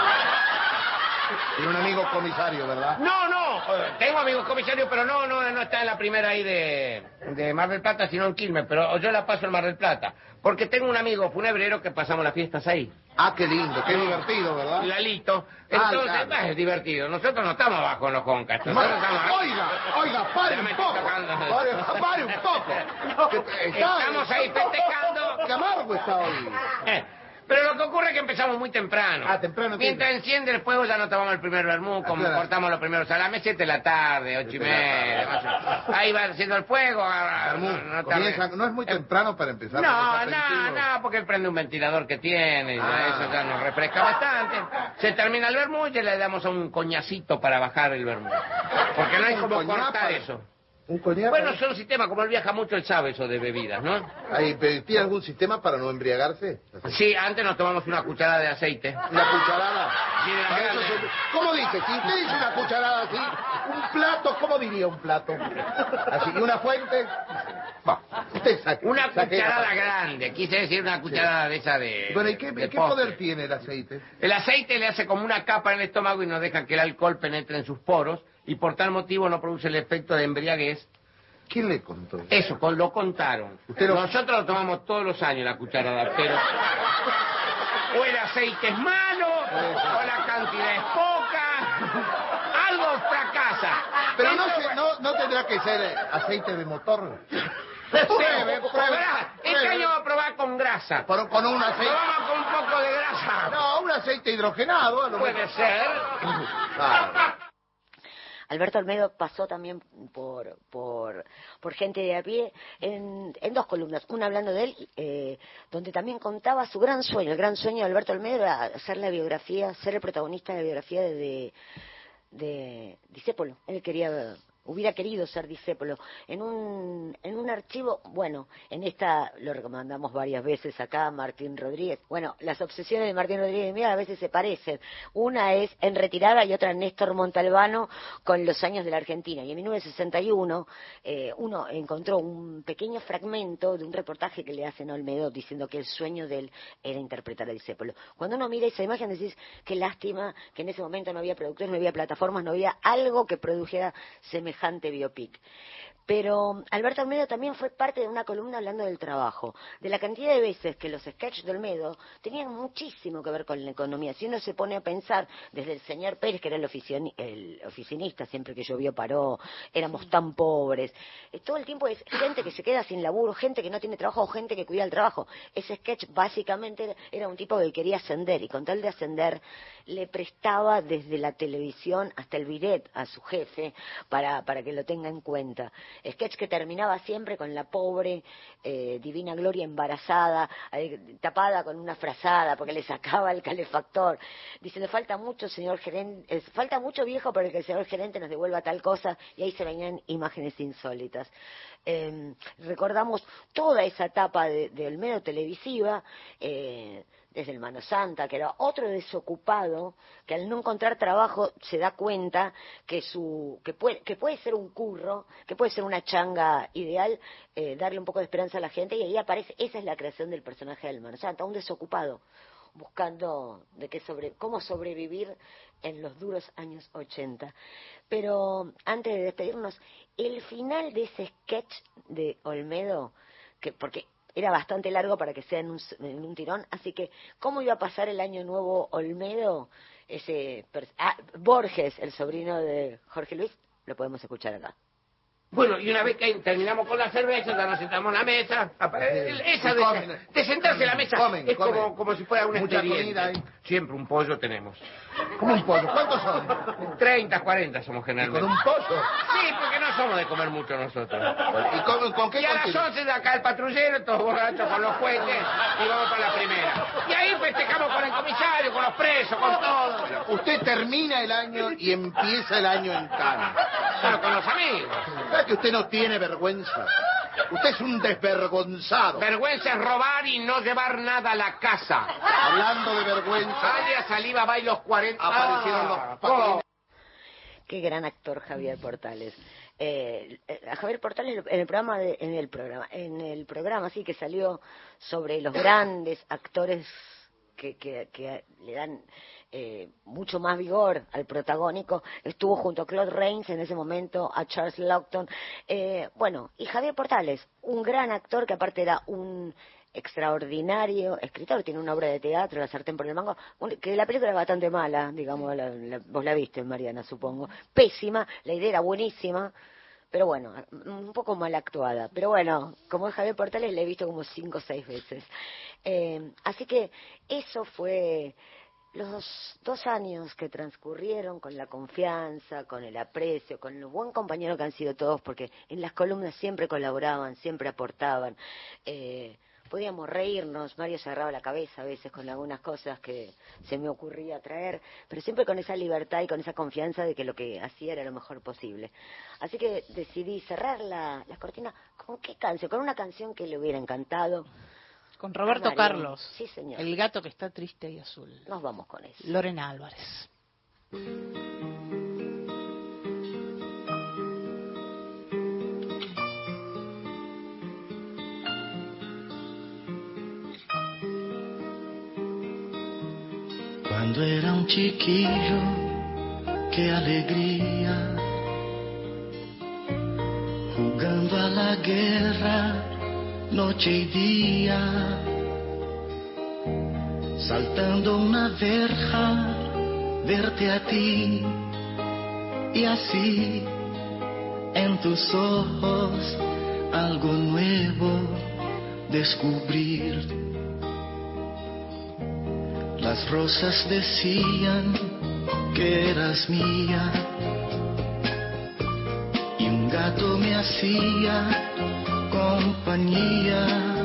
Tiene un amigo comisario, ¿verdad? No, no, tengo amigos comisarios, pero no, no, no está en la primera ahí de, de Mar del Plata, sino en Quilmes, pero yo la paso en Mar del Plata, porque tengo un amigo funebrero que pasamos las fiestas ahí. Ah, qué lindo, qué divertido, ¿verdad? Lalito. Entonces, Ah, claro. es divertido. Nosotros no estamos abajo en los concas. Nosotros estamos ahí. Oiga, oiga, pare Ya un me estoy poco. tocando. Pare, pare un poco. Que está- Estamos ahí festejando. Qué amargo está hoy. Eh, Pero lo que ocurre es que empezamos muy temprano. Ah, temprano. Mientras enciende el fuego ya no tomamos el primer vermú, como claro. cortamos los primeros salames, siete de la tarde, ocho y media. más o menos. Ahí va haciendo el fuego. ah, Vermú, no, no, comienza- tarde. no es muy temprano para empezar. No, porque está no, aperitivo. no, porque él prende un ventilador que tiene, y ya Ah. eso ya nos refresca bastante. Se termina el vermú y ya le damos a un coñacito para bajar el vermú. Porque no hay Un como coñac cortar para- eso. Un coñac. Bueno, son sistemas, como él viaja mucho, él sabe eso de bebidas, ¿no? Ahí, pero ¿tiene algún sistema para no embriagarse? Sí, antes nos tomamos una cucharada de aceite. ¿Una cucharada? Sí, de la Para eso grande. se- ¿Cómo dice? Si usted dice una cucharada así, un plato, ¿cómo diría un plato? Así, ¿y una fuente? Va, usted saque. Una saque- cucharada grande, quise decir una cucharada de esa de. Bueno, ¿y qué, de qué postre. poder tiene el aceite? El aceite le hace como una capa en el estómago y no deja que el alcohol penetre en sus poros y por tal motivo no produce el efecto de embriaguez. ¿Quién le contó? Eso, con- lo contaron. Usted lo- Nosotros lo tomamos todos los años la cucharada, pero o el aceite es malo, o la cantidad es poca, algo fracasa. Pero no, Entonces, se- no, no tendrá que ser eh, aceite de motor. Pruebe, Pruebe, pruebe. pruebe. Este Pruebe. año va a probar con grasa. Por- con un aceite. Probamos con un poco de grasa. No, un aceite hidrogenado. a lo Puede mejor. ser. Claro. Alberto Olmedo pasó también por, por, por Gente de a pie en, en dos columnas, una hablando de él, eh, donde también contaba su gran sueño. El gran sueño de Alberto Olmedo era hacer la biografía, ser el protagonista de la biografía de, de, de Discépolo. Él quería, hubiera querido ser Discépolo. En un, en un archivo, bueno, en esta lo recomendamos varias veces acá, Martín Rodríguez. Bueno, las obsesiones de Martín Rodríguez y mía a veces se parecen. Una es En retirada y otra Néstor Montalbano con Los años de la Argentina. Y en mil novecientos sesenta y uno eh, uno encontró un pequeño fragmento de un reportaje que le hacen a Olmedo diciendo que el sueño de él era interpretar a Discépolo. Cuando uno mira esa imagen decís, qué lástima que en ese momento no había productores, no había plataformas, no había algo que produjera semejante biopic. Pero Alberto Olmedo también fue parte de una columna hablando del trabajo, de la cantidad de veces que los sketches de Olmedo tenían muchísimo que ver con la economía. Si uno se pone a pensar, desde el señor Pérez, que era el, oficini- el oficinista, siempre que llovió paró, éramos tan pobres, eh, todo el tiempo es gente que se queda sin laburo, gente que no tiene trabajo o gente que cuida el trabajo. Ese sketch básicamente era, era un tipo que quería ascender y con tal de ascender le prestaba desde la televisión hasta el bidet a su jefe para, para que lo tenga en cuenta. Sketch que terminaba siempre con la pobre eh, Divina Gloria embarazada, eh, tapada con una frazada porque le sacaba el calefactor, diciendo falta mucho señor gerente, eh, falta mucho viejo para que el señor gerente nos devuelva tal cosa, y ahí se venían imágenes insólitas. Eh, recordamos toda esa etapa de, de Olmedo televisiva, eh, desde el Mano Santa, que era otro desocupado, que al no encontrar trabajo se da cuenta que su que puede, que puede ser un curro, que puede ser una changa ideal, eh, darle un poco de esperanza a la gente, y ahí aparece, esa es la creación del personaje del Mano Santa, un desocupado, buscando de qué sobre, cómo sobrevivir en los duros años ochenta. Pero antes de despedirnos, el final de ese sketch de Olmedo, que porque era bastante largo para que sea en un, en un tirón, así que ¿cómo iba a pasar el año nuevo Olmedo? Ese ah, Borges, el sobrino de Jorge Luis, lo podemos escuchar acá. Bueno, y una vez que terminamos con la cerveza, ya nos sentamos en la mesa. Eh, Esa de, Comen. de sentarse en la mesa Comen, es comen. Como, como si fuera un Mucha expediente. comida ahí. Siempre un pollo tenemos. ¿Cómo un pollo? ¿Cuántos son? treinta, cuarenta somos generalmente. ¿Con un pollo? Sí, porque no somos de comer mucho nosotros. ¿Y con, con qué Y a las continúa? once de acá el patrullero, todos borrachos con los jueces, y vamos para la primera. Y ahí festejamos con el comisario, con los presos, con todo. Usted termina el año y empieza el año en Cana. Pero con los amigos. ¿Verdad que usted no tiene vergüenza? Usted es un desvergonzado. Vergüenza es robar y no llevar nada a la casa. Hablando de vergüenza. Vaya saliva, va y los cuarenta. Aparecieron Ah, los papeles. Qué gran actor Javier Portales. Eh, a Javier Portales en el programa de, en el programa en el programa sí que salió sobre los grandes actores que, que, que le dan eh, mucho más vigor al protagónico. Estuvo junto a Claude Rains en ese momento, a Charles Laughton, eh, bueno, y Javier Portales, un gran actor que aparte era un extraordinario escritor, tiene una obra de teatro, La sartén por el mango, un, que la película es bastante mala, digamos, la, la, vos la viste, Mariana, supongo, pésima, la idea era buenísima, pero bueno, un poco mal actuada, pero bueno, como es Javier Portales, la he visto como cinco o seis veces. Eh, así que eso fue los dos años que transcurrieron con la confianza, con el aprecio, con lo buen compañero que han sido todos, porque en las columnas siempre colaboraban, siempre aportaban, eh, podíamos reírnos, Mario se agarraba la cabeza a veces con algunas cosas que se me ocurría traer, pero siempre con esa libertad y con esa confianza de que lo que hacía era lo mejor posible. Así que decidí cerrar la, la cortina con qué canción, con una canción que le hubiera encantado. Con Roberto Mario. Carlos. Sí, señor. El gato que está triste y azul. Nos vamos con eso. Lorena Álvarez. Cuando era un chiquillo, qué alegría, jugando a la guerra, noche y día, saltando una verja, verte a ti, y así en tus ojos algo nuevo descubrir. Las rosas decían que eras mía y un gato me hacía compañía.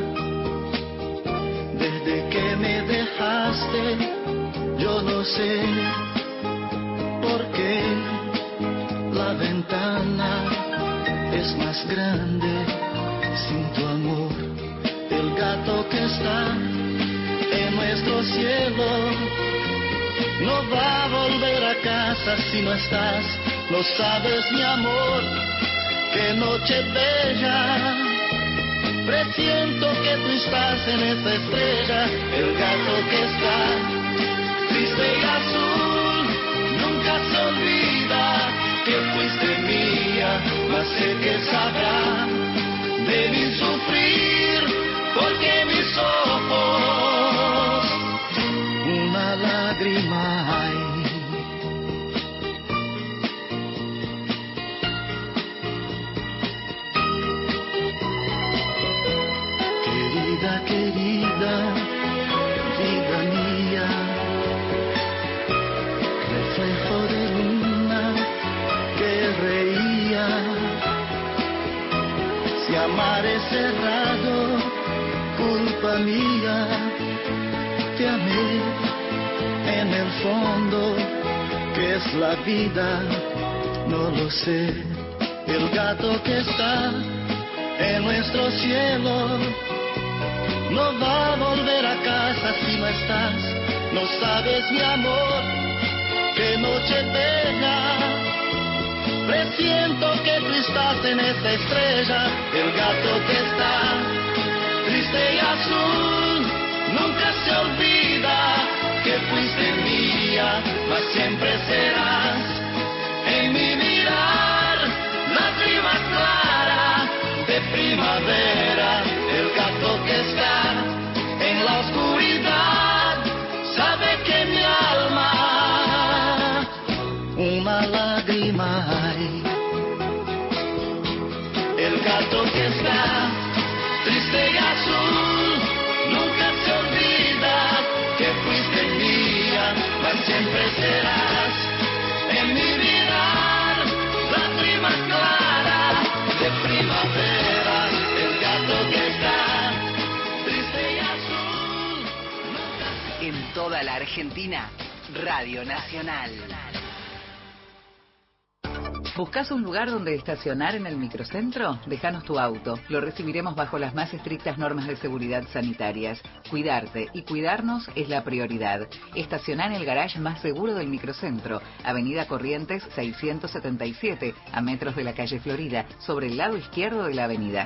Desde que me dejaste yo no sé por qué la ventana es más grande sin tu amor. El gato que está en nuestro cielo no va a volver a casa si no estás. Lo sabes, mi amor, qué noche bella, presiento que tú estás en esta estrella. El gato que está triste y azul nunca se olvida que fuiste mía, mas sé que sabrá de mi sufrir, porque mis ojos una lágrima hay. Querida, querida, vida mía, reflejo de luna que reía. Si amar es errado, culpa mía, te amé en el fondo, que es la vida, no lo sé. El gato que está en nuestro cielo no va a volver a casa si no estás. No sabes, mi amor, qué noche bella, presiento que tú estás en esta estrella. El gato que está triste y azul nunca se olvida que fuiste mía, mas siempre serás en mi mirar lágrima clara de primavera. El gato que está en la oscuridad sabe que mi alma una lágrima hay. En toda la Argentina, Radio Nacional. ¿Buscas un lugar donde estacionar en el microcentro? Déjanos tu auto. Lo recibiremos bajo las más estrictas normas de seguridad sanitarias. Cuidarte y cuidarnos es la prioridad. Estacioná en el garage más seguro del microcentro, Avenida Corrientes seiscientos setenta y siete, a metros de la calle Florida, sobre el lado izquierdo de la avenida.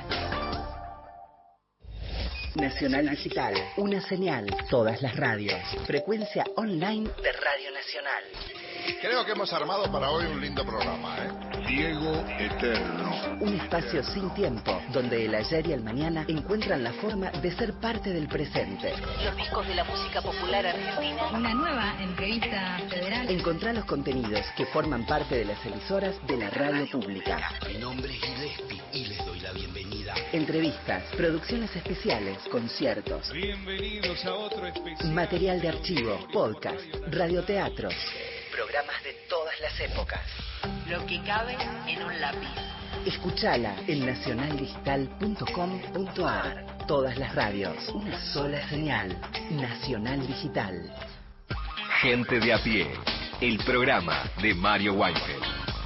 Nacional Digital, una señal, todas las radios. Frecuencia online de Radio Nacional. Creo que hemos armado para hoy un lindo programa, ¿eh? Diego Eterno. Un espacio sin tiempo, donde el ayer y el mañana encuentran la forma de ser parte del presente. Los discos de la música popular argentina. Una nueva entrevista federal. Encontrá los contenidos que forman parte de las emisoras de la radio pública. Mi nombre es Gillespie y les doy la bienvenida. Entrevistas, producciones especiales, conciertos. Bienvenidos a otro especial. Material de archivo, podcast, radioteatros. Programas de todas las épocas. Lo que cabe en un lápiz. Escuchala en nacional digital punto com punto a r. Todas las radios, una sola señal. Nacional Digital. Gente de a pie, el programa de Mario Weinfeld.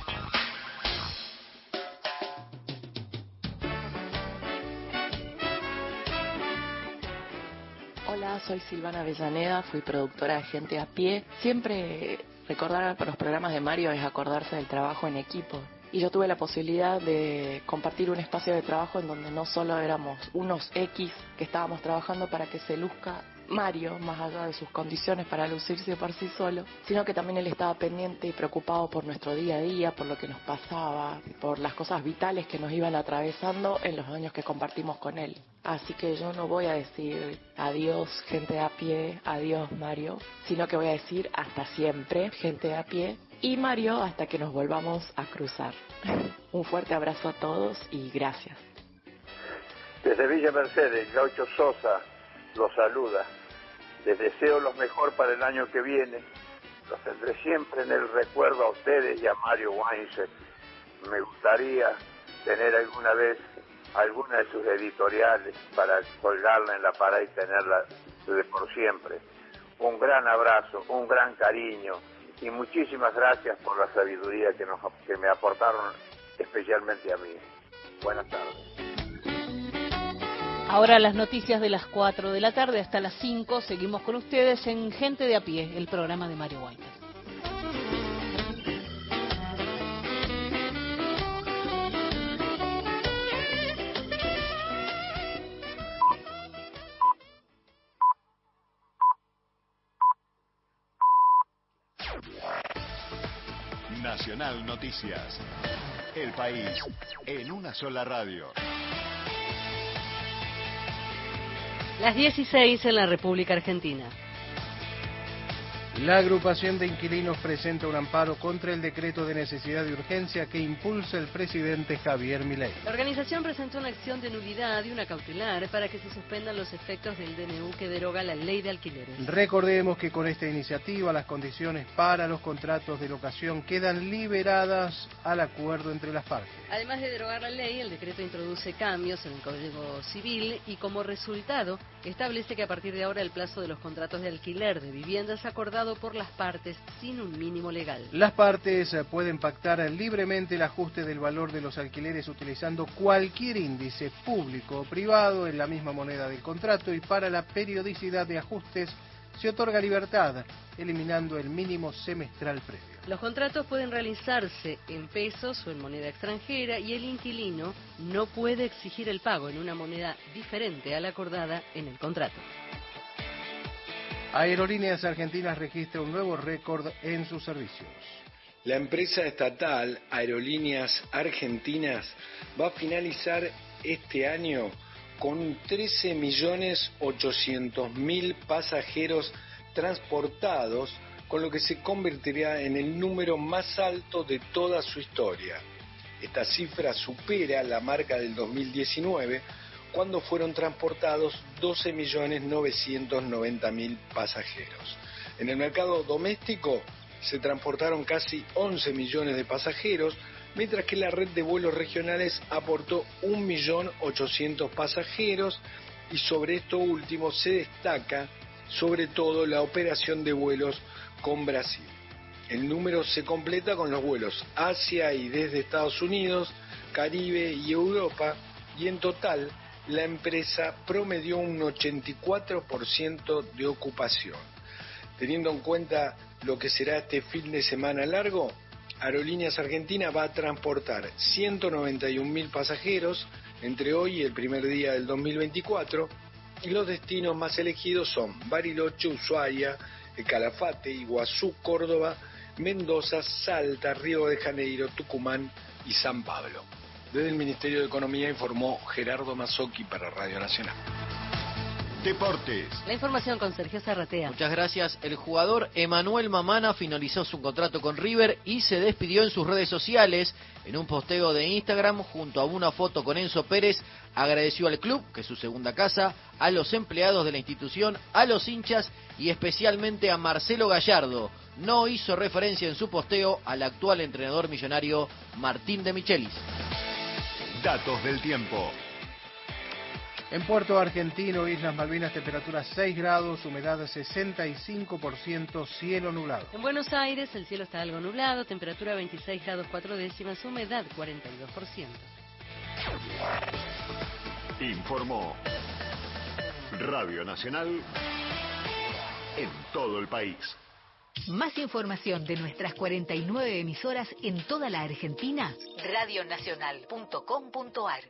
Hola, soy Silvana Avellaneda, fui productora de Gente a Pie. Siempre recordar los programas de Mario es acordarse del trabajo en equipo. Y yo tuve la posibilidad de compartir un espacio de trabajo en donde no solo éramos unos X que estábamos trabajando para que se luzca Mario, más allá de sus condiciones para lucirse por sí solo, sino que también él estaba pendiente y preocupado por nuestro día a día, por lo que nos pasaba, por las cosas vitales que nos iban atravesando en los años que compartimos con él. Así que yo no voy a decir adiós gente a pie, adiós Mario, sino que voy a decir hasta siempre gente a pie y Mario hasta que nos volvamos a cruzar. Un fuerte abrazo a todos y gracias. Desde Villa Mercedes, Gaucho Sosa los saluda. Les deseo lo mejor para el año que viene. Los tendré siempre en el recuerdo a ustedes y a Mario Weinfeld. Me gustaría tener alguna vez alguna de sus editoriales para colgarla en la pared y tenerla de por siempre. Un gran abrazo, un gran cariño y muchísimas gracias por la sabiduría que, nos, que me aportaron especialmente a mí. Buenas tardes. Ahora las noticias de las cuatro de la tarde hasta las cinco. Seguimos con ustedes en Gente de a Pie, el programa de Mario Weinfeld. Nacional Noticias. El país en una sola radio. Las dieciséis en la República Argentina. La agrupación de inquilinos presenta un amparo contra el decreto de necesidad de urgencia que impulsa el presidente Javier Milei. La organización presentó una acción de nulidad y una cautelar para que se suspendan los efectos del D N U que deroga la ley de alquileres. Recordemos que con esta iniciativa las condiciones para los contratos de locación quedan liberadas al acuerdo entre las partes. Además de derogar la ley, el decreto introduce cambios en el Código Civil y como resultado establece que a partir de ahora el plazo de los contratos de alquiler de viviendas acordado por las partes sin un mínimo legal. Las partes pueden pactar libremente el ajuste del valor de los alquileres utilizando cualquier índice público o privado en la misma moneda del contrato y para la periodicidad de ajustes se otorga libertad, eliminando el mínimo semestral previo. Los contratos pueden realizarse en pesos o en moneda extranjera y el inquilino no puede exigir el pago en una moneda diferente a la acordada en el contrato. Aerolíneas Argentinas registra un nuevo récord en sus servicios. La empresa estatal Aerolíneas Argentinas va a finalizar este año con trece millones ochocientos mil pasajeros transportados, con lo que se convertirá en el número más alto de toda su historia. Esta cifra supera la marca del dos mil diecinueve, cuando fueron transportados doce millones novecientos noventa mil pasajeros. En el mercado doméstico se transportaron casi once millones de pasajeros, mientras que la red de vuelos regionales aportó un millón ochocientos pasajeros y sobre esto último se destaca sobre todo la operación de vuelos con Brasil. El número se completa con los vuelos hacia y desde Estados Unidos, Caribe y Europa, y en total la empresa promedió un ochenta y cuatro por ciento de ocupación. Teniendo en cuenta lo que será este fin de semana largo, Aerolíneas Argentina va a transportar ciento noventa y un mil pasajeros entre hoy y el primer día del dos mil veinticuatro, y los destinos más elegidos son Bariloche, Ushuaia, El Calafate, Iguazú, Córdoba, Mendoza, Salta, Río de Janeiro, Tucumán y San Pablo. Desde el Ministerio de Economía informó Gerardo Mazzocchi para Radio Nacional. Deportes. La información con Sergio Zarratea. Muchas gracias. El jugador Emanuel Mamana finalizó su contrato con River y se despidió en sus redes sociales. En un posteo de Instagram, junto a una foto con Enzo Pérez, agradeció al club, que es su segunda casa, a los empleados de la institución, a los hinchas y especialmente a Marcelo Gallardo. No hizo referencia en su posteo al actual entrenador millonario Martín de Michelis. Datos del tiempo. En Puerto Argentino, Islas Malvinas, temperatura seis grados, humedad sesenta y cinco por ciento, cielo nublado. En Buenos Aires el cielo está algo nublado, temperatura veintiséis grados cuatro décimas, humedad cuarenta y dos por ciento. Informó Radio Nacional en todo el país. Más información de nuestras cuarenta y nueve emisoras en toda la Argentina, radionacional punto com punto ar.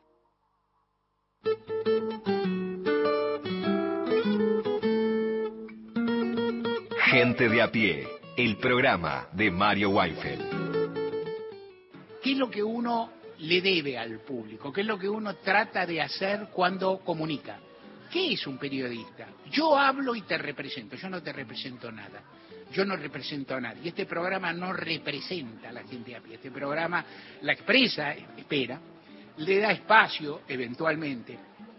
Gente de a pie, el programa de Mario Weinfeld. ¿Qué es lo que uno le debe al público? ¿Qué es lo que uno trata de hacer cuando comunica? ¿Qué es un periodista? Yo hablo y te represento, yo no te represento nada. Yo no represento a nadie. Este programa no representa a la gente de a pie. Este programa la expresa, espera, le da espacio, eventualmente,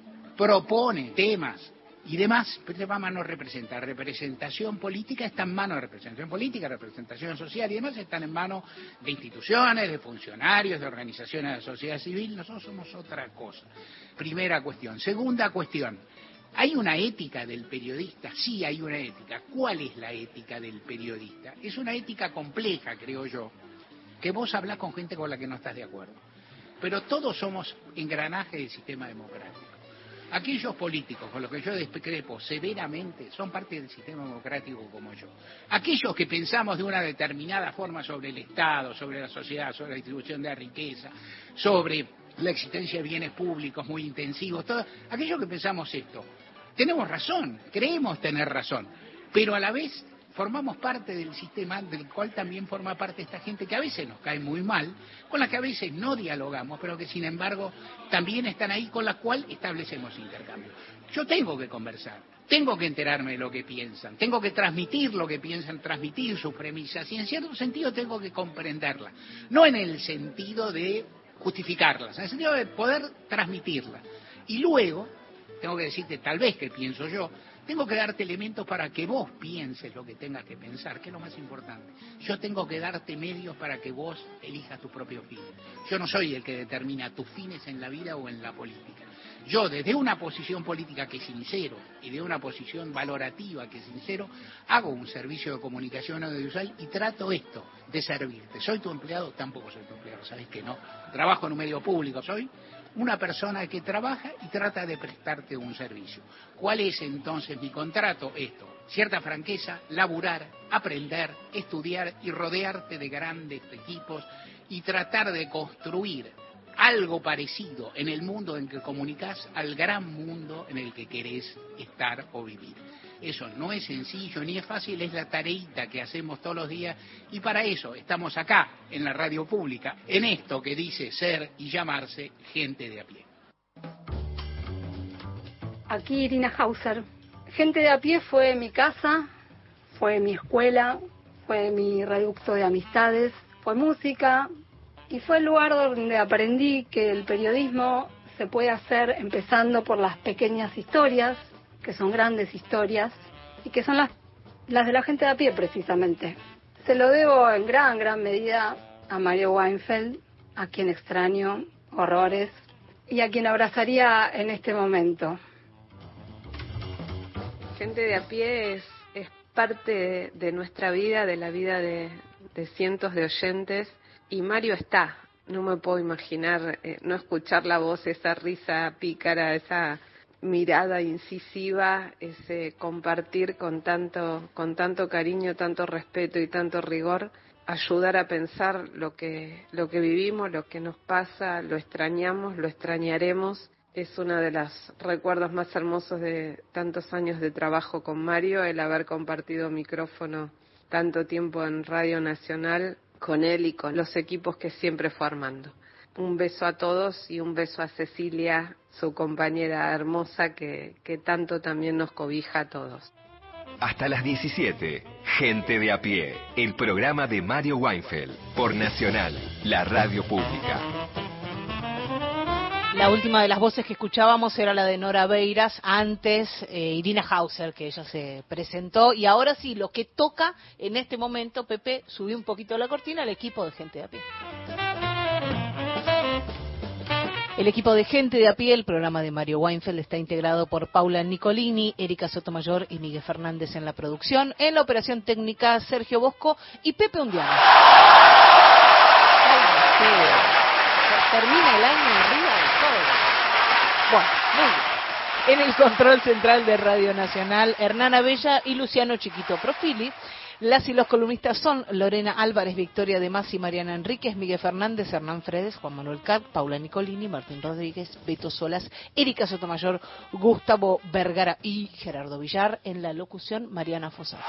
propone temas y demás, pero este programa no representa. Representación política está en manos de representación política, representación social y demás están en manos de instituciones, de funcionarios, de organizaciones de la sociedad civil. Nosotros somos otra cosa. Primera cuestión. Segunda cuestión. ¿Hay una ética del periodista? Sí, hay una ética. ¿Cuál es la ética del periodista? Es una ética compleja, creo yo, que vos hablás con gente con la que no estás de acuerdo. Pero todos somos engranajes del sistema democrático. Aquellos políticos con los que yo discrepo severamente son parte del sistema democrático como yo. Aquellos que pensamos de una determinada forma sobre el Estado, sobre la sociedad, sobre la distribución de la riqueza, sobre la existencia de bienes públicos muy intensivos, todo, aquellos que pensamos esto, tenemos razón, creemos tener razón, pero a la vez formamos parte del sistema del cual también forma parte esta gente que a veces nos cae muy mal, con la que a veces no dialogamos, pero que sin embargo también están ahí, con la cual establecemos intercambio. Yo tengo que conversar, tengo que enterarme de lo que piensan, tengo que transmitir lo que piensan, transmitir sus premisas, y en cierto sentido tengo que comprenderlas, no en el sentido de justificarlas, en el sentido de poder transmitirlas. Y luego, tengo que decirte tal vez que pienso yo, tengo que darte elementos para que vos pienses lo que tengas que pensar, que es lo más importante. Yo tengo que darte medios para que vos elijas tus propios fines. Yo no soy el que determina tus fines en la vida o en la política. Yo, desde una posición política que es sincero y de una posición valorativa que es sincero, hago un servicio de comunicación audiovisual y trato esto, de servirte. ¿Soy tu empleado? Tampoco soy tu empleado, ¿sabes que no? Trabajo en un medio público, soy una persona que trabaja y trata de prestarte un servicio. ¿Cuál es entonces mi contrato? Esto, cierta franqueza, laburar, aprender, estudiar y rodearte de grandes equipos y tratar de construir algo parecido en el mundo en que comunicas al gran mundo en el que querés estar o vivir. Eso no es sencillo ni es fácil, es la tareita que hacemos todos los días y para eso estamos acá en la radio pública, en esto que dice ser y llamarse Gente de a pie. Aquí Irina Hauser. Gente de a pie fue mi casa, fue mi escuela, fue mi reducto de amistades, fue música y fue el lugar donde aprendí que el periodismo se puede hacer empezando por las pequeñas historias, que son grandes historias, y que son las, las de la gente de a pie precisamente. Se lo debo en gran, gran medida a Mario Weinfeld, a quien extraño horrores, y a quien abrazaría en este momento. Gente de a pie es, es parte de, de nuestra vida, de la vida de, de cientos de oyentes, y Mario está. No me puedo imaginar eh, no escuchar la voz, esa risa pícara, esa mirada incisiva, ese compartir con tanto, con tanto cariño, tanto respeto y tanto rigor, ayudar a pensar lo que, lo que vivimos, lo que nos pasa, lo extrañamos, lo extrañaremos. Es uno de los recuerdos más hermosos de tantos años de trabajo con Mario, el haber compartido micrófono tanto tiempo en Radio Nacional con él y con los equipos que siempre fue armando. Un beso a todos y un beso a Cecilia, su compañera hermosa, que, que tanto también nos cobija a todos. Hasta las diecisiete, Gente de a pie, el programa de Mario Weinfeld, por Nacional, la radio pública. La última de las voces que escuchábamos era la de Nora Beiras, antes eh, Irina Hauser, que ella se presentó. Y ahora sí, lo que toca en este momento, Pepe, subió un poquito la cortina, al equipo de Gente de a pie. El equipo de Gente de a pie, el programa de Mario Weinfeld, está integrado por Paula Nicolini, Erika Sotomayor y Miguel Fernández en la producción. En la operación técnica, Sergio Bosco y Pepe Undiano. Termina el año arriba de todo. Bueno, muy bien. En el control central de Radio Nacional, Hernán Abella y Luciano Chiquito Profili. Las y los columnistas son Lorena Álvarez, Victoria de Masi, Mariana Enríquez, Miguel Fernández, Hernán Fredes, Juan Manuel Carp, Paula Nicolini, Martín Rodríguez, Beto Solas, Erika Sotomayor, Gustavo Vergara y Gerardo Villar. En la locución, Mariana Fossati.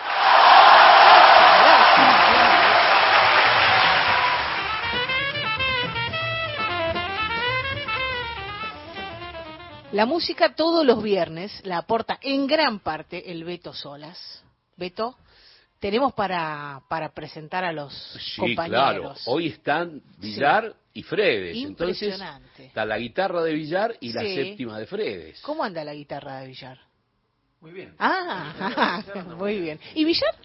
La música todos los viernes la aporta en gran parte el Beto Solas. Beto, tenemos para, para presentar a los sí, compañeros. Claro. Hoy están Villar sí. y Fredes. Impresionante. Entonces, está la guitarra de Villar y sí. la séptima de Fredes. ¿Cómo anda la guitarra de Villar? Muy bien. Ah, muy bien. ¿Y Villar?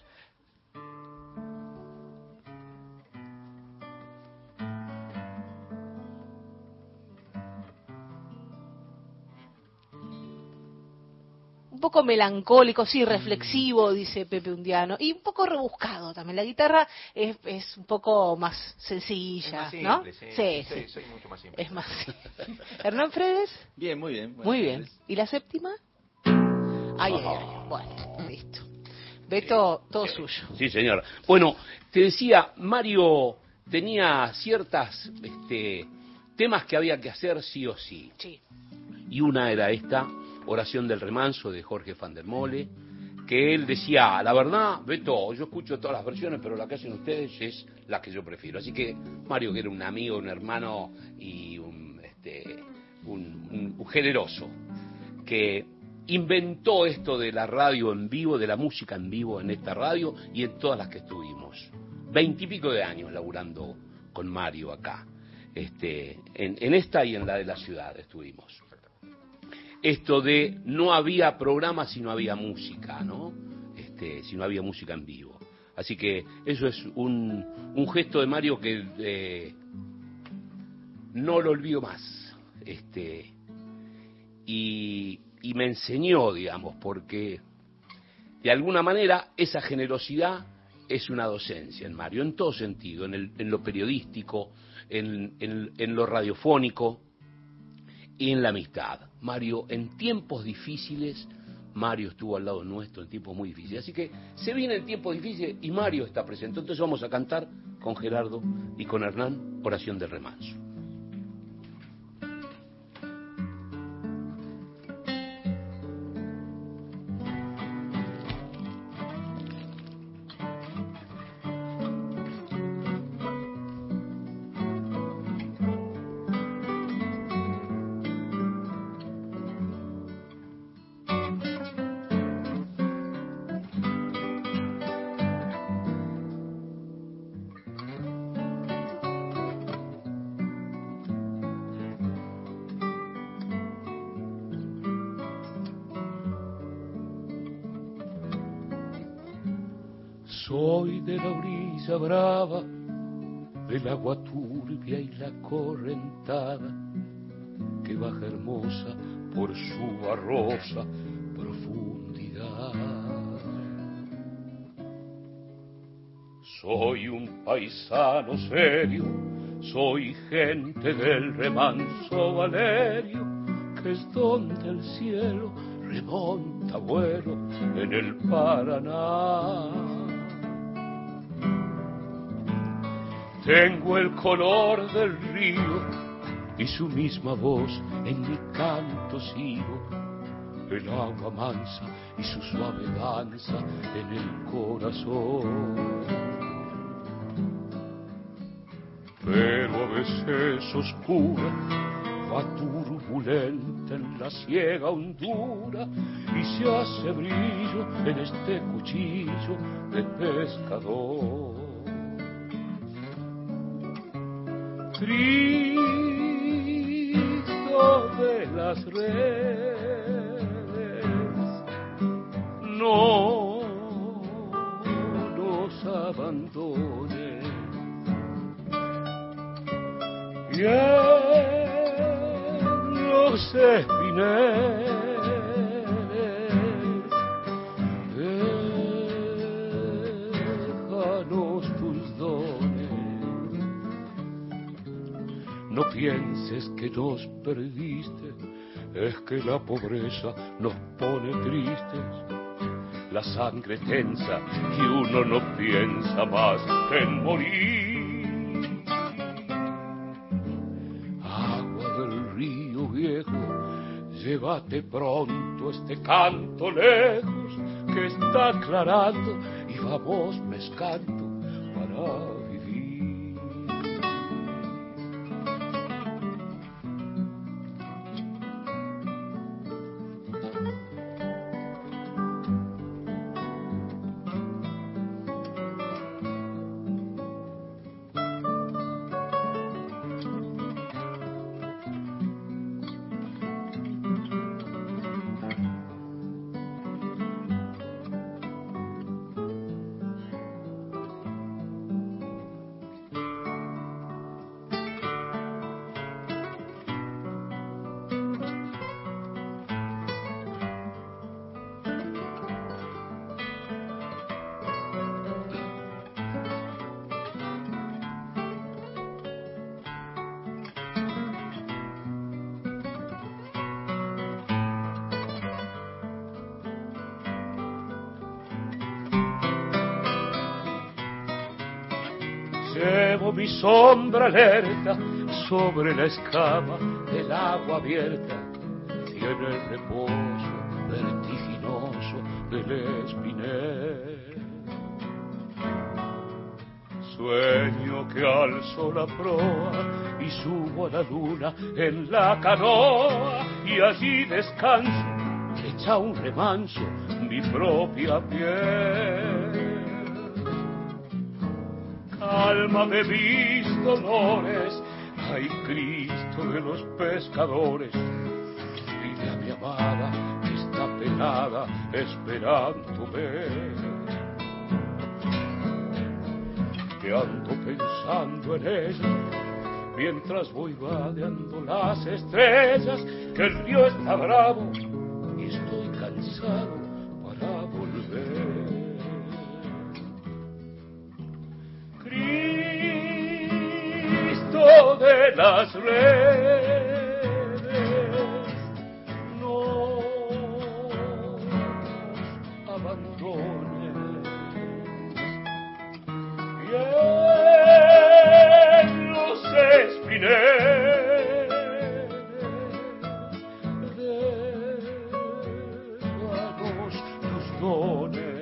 Un poco melancólico, sí, reflexivo, dice Pepe Undiano, y un poco rebuscado también. La guitarra es, es un poco más sencilla, más simple, ¿no? Sí, sí, sí, sí. Soy mucho más simple. Es más simple. ¿Hernán Fredes? Bien, muy bien. Muy bien. tardes. ¿Y la séptima? Ay, ay, ay. Bueno, listo. Beto, todo sí. suyo. Sí, señor. Bueno, te decía, Mario tenía ciertas este, temas que había que hacer sí o sí. Sí. Y una era esta, Oración del Remanso, de Jorge van der Mole, que él decía, la verdad, Beto, yo escucho todas las versiones, pero la que hacen ustedes es la que yo prefiero. Así que Mario, que era un amigo, un hermano y un, este, un, un, un generoso, que inventó esto de la radio en vivo, de la música en vivo en esta radio y en todas las que estuvimos. Veintipico de años laburando con Mario acá, este, en, en esta y en la de la ciudad estuvimos. Esto de no había programa si no había música, ¿no? Este, si no había música en vivo. Así que eso es un, un gesto de Mario que eh, no lo olvido más. Este, y, y me enseñó, digamos, porque de alguna manera esa generosidad es una docencia en Mario, en todo sentido, en, el, en lo periodístico, en, en, en lo radiofónico y en la amistad. Mario, en tiempos difíciles, Mario estuvo al lado nuestro en tiempos muy difíciles. Así que se vienen tiempos difíciles y Mario está presente. Entonces vamos a cantar con Gerardo y con Hernán, Oración del Remanso. Soy de la orilla brava, del agua turbia y la correntada, que baja hermosa por su barrosa profundidad. Soy un paisano serio, soy gente del remanso Valerio, que es donde el cielo remonta vuelo en el Paraná. Tengo el color del río y su misma voz en mi canto sigo, el agua mansa y su suave danza en el corazón. Pero a veces oscura, va turbulenta en la ciega hondura y se hace brillo en este cuchillo de pescador. Cristo de las redes, no nos abandone. Y en los espineles déjanos tus dones. No pienses que nos perdiste, es que la pobreza nos pone tristes. La sangre tensa y uno no piensa más que en morir. Agua del río viejo, llévate pronto este canto lejos que está aclarando y vamos pescando para Llevo mi sombra alerta sobre la escama del agua abierta y en el reposo vertiginoso del espinel. Sueño que alzo la proa y subo a la luna en la canoa y allí descanso, echa un remanso mi propia piel. Alma de mis dolores, ay Cristo de los pescadores, dile a mi amada que está penada esperándome. Que ando pensando en ella, mientras voy vadeando las estrellas, que el río está bravo y estoy cansado para volver. Cristo de las redes, no nos abandones. Y en los espineles déjanos tus dones.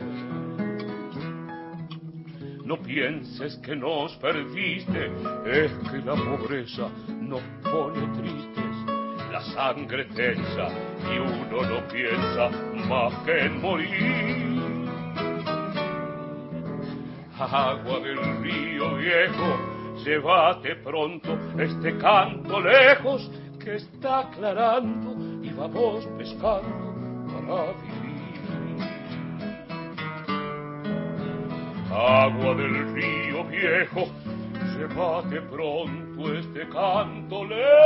No pienses que nos perdiste, es que la pobreza nos pone tristes. La sangre tensa y uno no piensa más que en morir. Agua del río viejo, llévate pronto este canto lejos que está aclarando y vamos pescando para vivir. Agua del río viejo, llévate pronto este canto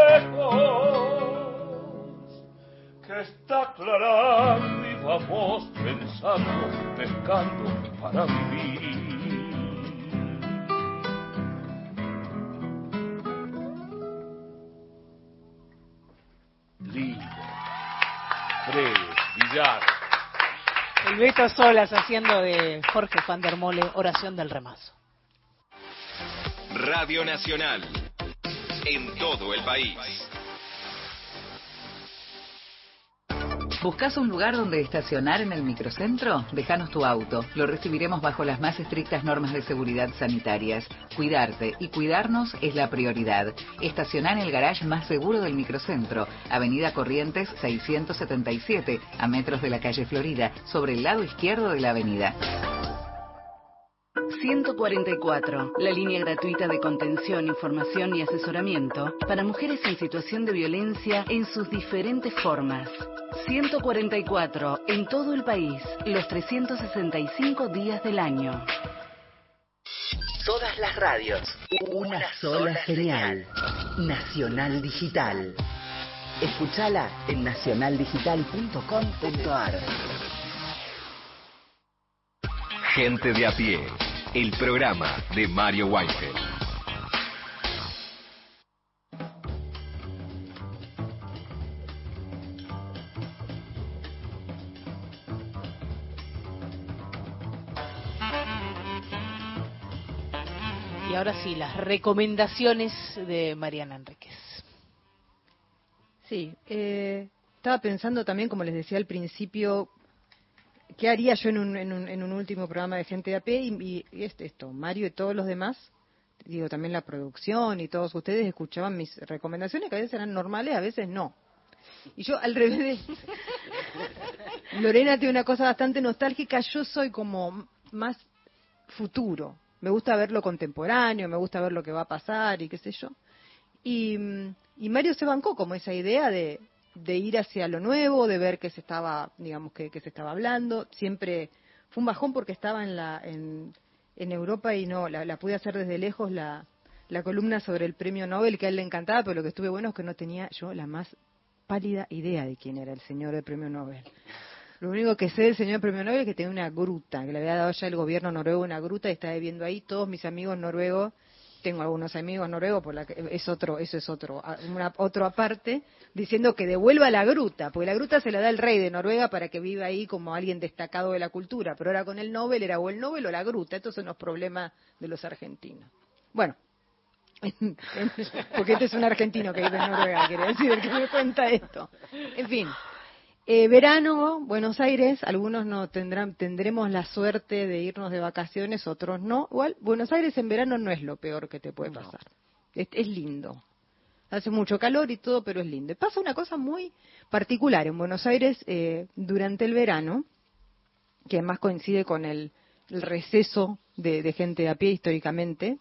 lejos que está aclarando y vamos pensando, pescando para vivir. Beto Solas haciendo de Jorge van der Mole, Oración del Remanso. Radio Nacional, en todo el país. ¿Buscas un lugar donde estacionar en el microcentro? Déjanos tu auto. Lo recibiremos bajo las más estrictas normas de seguridad sanitarias. Cuidarte y cuidarnos es la prioridad. Estacioná en el garage más seguro del microcentro, Avenida Corrientes seiscientos setenta y siete, a metros de la calle Florida, sobre el lado izquierdo de la avenida. ciento cuarenta y cuatro, la línea gratuita de contención, información y asesoramiento para mujeres en situación de violencia en sus diferentes formas. ciento cuarenta y cuatro, en todo el país, los trescientos sesenta y cinco días del año. Todas las radios, una sola señal. Nacional Digital. Escúchala en nacional digital punto com punto a r. Gente de a pie, el programa de Mario Weinfeld. Y ahora sí, las recomendaciones de Mariana Enríquez. Sí, eh, estaba pensando también, como les decía al principio, ¿qué haría yo en un, en un, en un último programa de Gente de a pie? Y, y esto, esto, Mario y todos los demás, digo, también la producción y todos ustedes escuchaban mis recomendaciones, que a veces eran normales, a veces no. Y yo, al revés de... Lorena tiene una cosa bastante nostálgica, yo soy como más futuro. Me gusta ver lo contemporáneo, me gusta ver lo que va a pasar y qué sé yo. Y, y Mario se bancó como esa idea de... de ir hacia lo nuevo, de ver que se estaba, digamos, que, que se estaba hablando. Siempre fue un bajón porque estaba en la en, en Europa y no, la, la pude hacer desde lejos, la, la columna sobre el premio Nobel, que a él le encantaba, pero lo que estuve bueno es que no tenía yo la más pálida idea de quién era el señor del premio Nobel. Lo único que sé del señor del premio Nobel es que tenía una gruta, que le había dado ya el gobierno noruego una gruta y estaba viviendo ahí. Todos mis amigos noruegos, tengo algunos amigos noruegos, por la que es otro, eso es otro, una, otro aparte, diciendo que devuelva la gruta, porque la gruta se la da el rey de Noruega para que viva ahí como alguien destacado de la cultura, pero ahora con el Nobel era o el Nobel o la gruta. Estos son los problemas de los argentinos. Bueno, porque este es un argentino que vive en Noruega, quiere decir, el que me cuenta esto. En fin. Eh, verano, Buenos Aires, algunos no tendrán, tendremos la suerte de irnos de vacaciones, otros no. Igual, Buenos Aires en verano no es lo peor que te puede pasar. Es, es lindo. Hace mucho calor y todo, pero es lindo. Y pasa una cosa muy particular en Buenos Aires eh, durante el verano, que además coincide con el, el receso de, de gente a pie históricamente.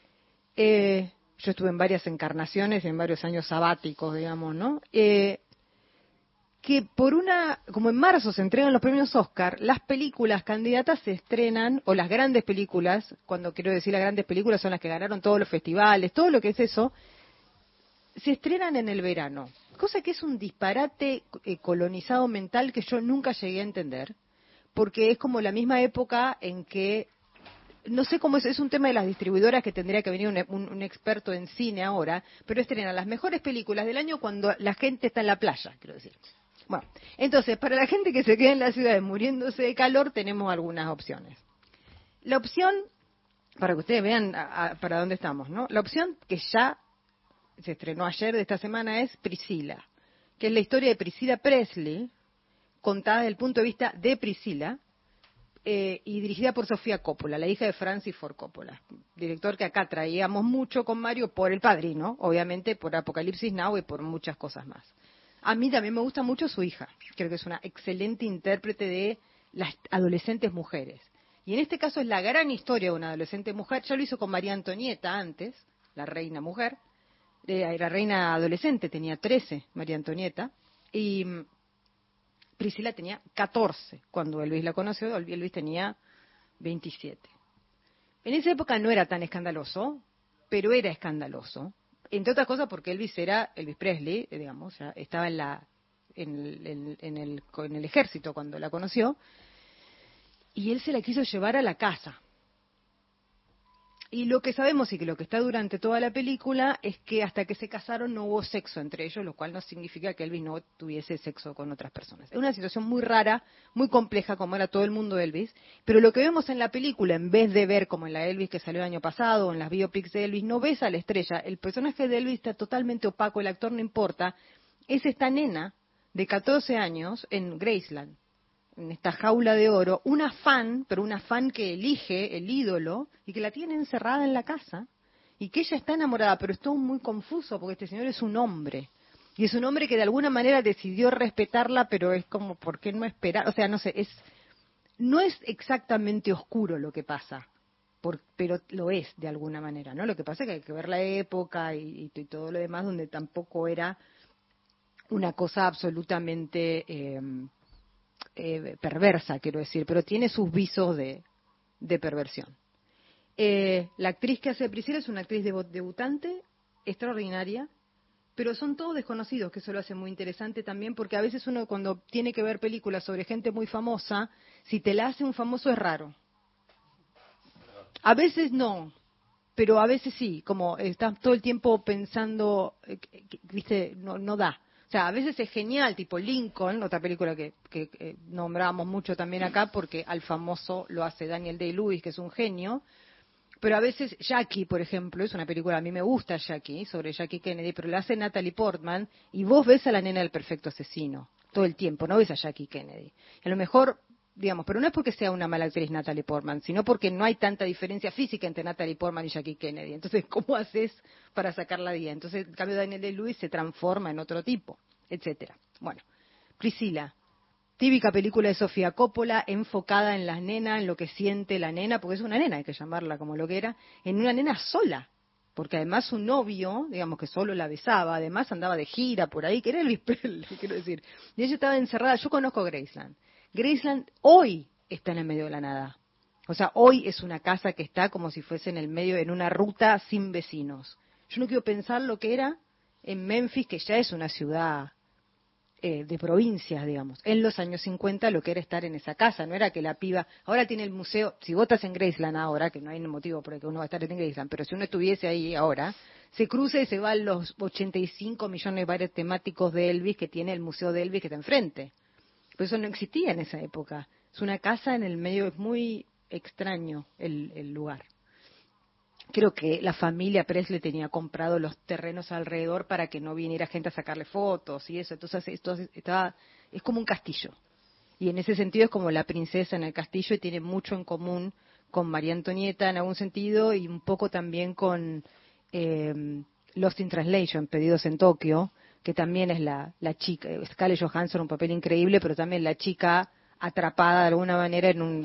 Eh, yo estuve en varias encarnaciones, en varios años sabáticos, digamos, ¿no? Eh, que por una, como en marzo se entregan los premios Oscar, las películas candidatas se estrenan, o las grandes películas, cuando quiero decir las grandes películas son las que ganaron todos los festivales, todo lo que es eso, se estrenan en el verano, cosa que es un disparate eh, colonizado mental que yo nunca llegué a entender, porque es como la misma época en que, no sé cómo es, es un tema de las distribuidoras que tendría que venir un, un, un experto en cine ahora, pero estrenan las mejores películas del año cuando la gente está en la playa, quiero decir. Bueno, entonces, para la gente que se queda en la ciudad muriéndose de calor, tenemos algunas opciones. La opción, para que ustedes vean a, a, para dónde estamos, ¿no? La opción que ya se estrenó ayer de esta semana es Priscila, que es la historia de Priscilla Presley, contada desde el punto de vista de Priscilla, eh, y dirigida por Sofía Coppola, la hija de Francis Ford Coppola, director que acá traíamos mucho con Mario por El Padrino, obviamente por Apocalipsis Now y por muchas cosas más. A mí también me gusta mucho su hija, creo que es una excelente intérprete de las adolescentes mujeres. Y en este caso es la gran historia de una adolescente mujer, ya lo hizo con María Antonieta antes, la reina mujer, eh, la reina adolescente, tenía trece, María Antonieta, y Priscila tenía catorce cuando Elvis la conoció, Elvis tenía veintisiete. En esa época no era tan escandaloso, pero era escandaloso. Entre otras cosas porque Elvis era Elvis Presley, digamos, ya estaba en la en el, en, en, el, en el ejército cuando la conoció, y él se la quiso llevar a la casa. Y lo que sabemos y que lo que está durante toda la película es que hasta que se casaron no hubo sexo entre ellos, lo cual no significa que Elvis no tuviese sexo con otras personas. Es una situación muy rara, muy compleja, como era todo el mundo de Elvis, pero lo que vemos en la película, en vez de ver como en la Elvis que salió el año pasado, o en las biopics de Elvis, no ves a la estrella. El personaje de Elvis está totalmente opaco, el actor no importa. Es esta nena de catorce años en Graceland, en esta jaula de oro, una fan, pero una fan que elige el ídolo y que la tiene encerrada en la casa y que ella está enamorada, pero es todo muy confuso porque este señor es un hombre. Y es un hombre que de alguna manera decidió respetarla, pero es como, ¿por qué no esperar? O sea, no sé, es no es exactamente oscuro lo que pasa, por, pero lo es de alguna manera, ¿no? Lo que pasa es que hay que ver la época y, y todo lo demás, donde tampoco era una cosa absolutamente... Eh, Eh, perversa, quiero decir, pero tiene sus visos de, de perversión. Eh, la actriz que hace de Priscilla es una actriz debu- debutante, extraordinaria, pero son todos desconocidos, que eso lo hace muy interesante también, porque a veces uno cuando tiene que ver películas sobre gente muy famosa, si te la hace un famoso es raro. A veces no, pero a veces sí, como estás todo el tiempo pensando, eh, que, viste, no, no da. O sea, a veces es genial, tipo Lincoln, otra película que, que, que nombramos mucho también acá, porque al famoso lo hace Daniel Day-Lewis, que es un genio. Pero a veces Jackie, por ejemplo, es una película, a mí me gusta Jackie, sobre Jackie Kennedy, pero la hace Natalie Portman, y vos ves a la nena del perfecto asesino, todo el tiempo, no ves a Jackie Kennedy. A lo mejor, digamos, pero no es porque sea una mala actriz Natalie Portman, sino porque no hay tanta diferencia física entre Natalie Portman y Jackie Kennedy. Entonces, ¿cómo haces para sacarla de ahí? Entonces, en cambio, Daniel Day-Lewis se transforma en otro tipo, etcétera. Bueno, Priscilla, típica película de Sofía Coppola, enfocada en la nena, en lo que siente la nena, porque es una nena, hay que llamarla como lo que era, en una nena sola, porque además su novio, digamos que solo la besaba, además andaba de gira por ahí, que era Elvis Presley, quiero decir, y ella estaba encerrada. Yo conozco Graceland. Graceland hoy está en el medio de la nada. O sea, hoy es una casa que está como si fuese en el medio, en una ruta sin vecinos. Yo no quiero pensar lo que era en Memphis, que ya es una ciudad eh, de provincias, digamos. En los años cincuenta lo que era estar en esa casa, no era que la piba... Ahora tiene el museo, si vos estás en Graceland ahora, que no hay motivo por el que uno va a estar en Graceland, pero si uno estuviese ahí ahora, se cruza y se va a los ochenta y cinco millones de bares temáticos de Elvis que tiene el museo de Elvis que está enfrente. Pero eso no existía en esa época. Es una casa en el medio, es muy extraño el, el lugar. Creo que la familia Presley tenía comprado los terrenos alrededor para que no viniera gente a sacarle fotos y eso. Entonces esto estaba, es como un castillo. Y en ese sentido es como la princesa en el castillo y tiene mucho en común con María Antonieta en algún sentido y un poco también con eh, Lost in Translation, Perdidos en Tokio, que también es la, la chica, Scarlett Johansson, un papel increíble, pero también la chica atrapada de alguna manera en un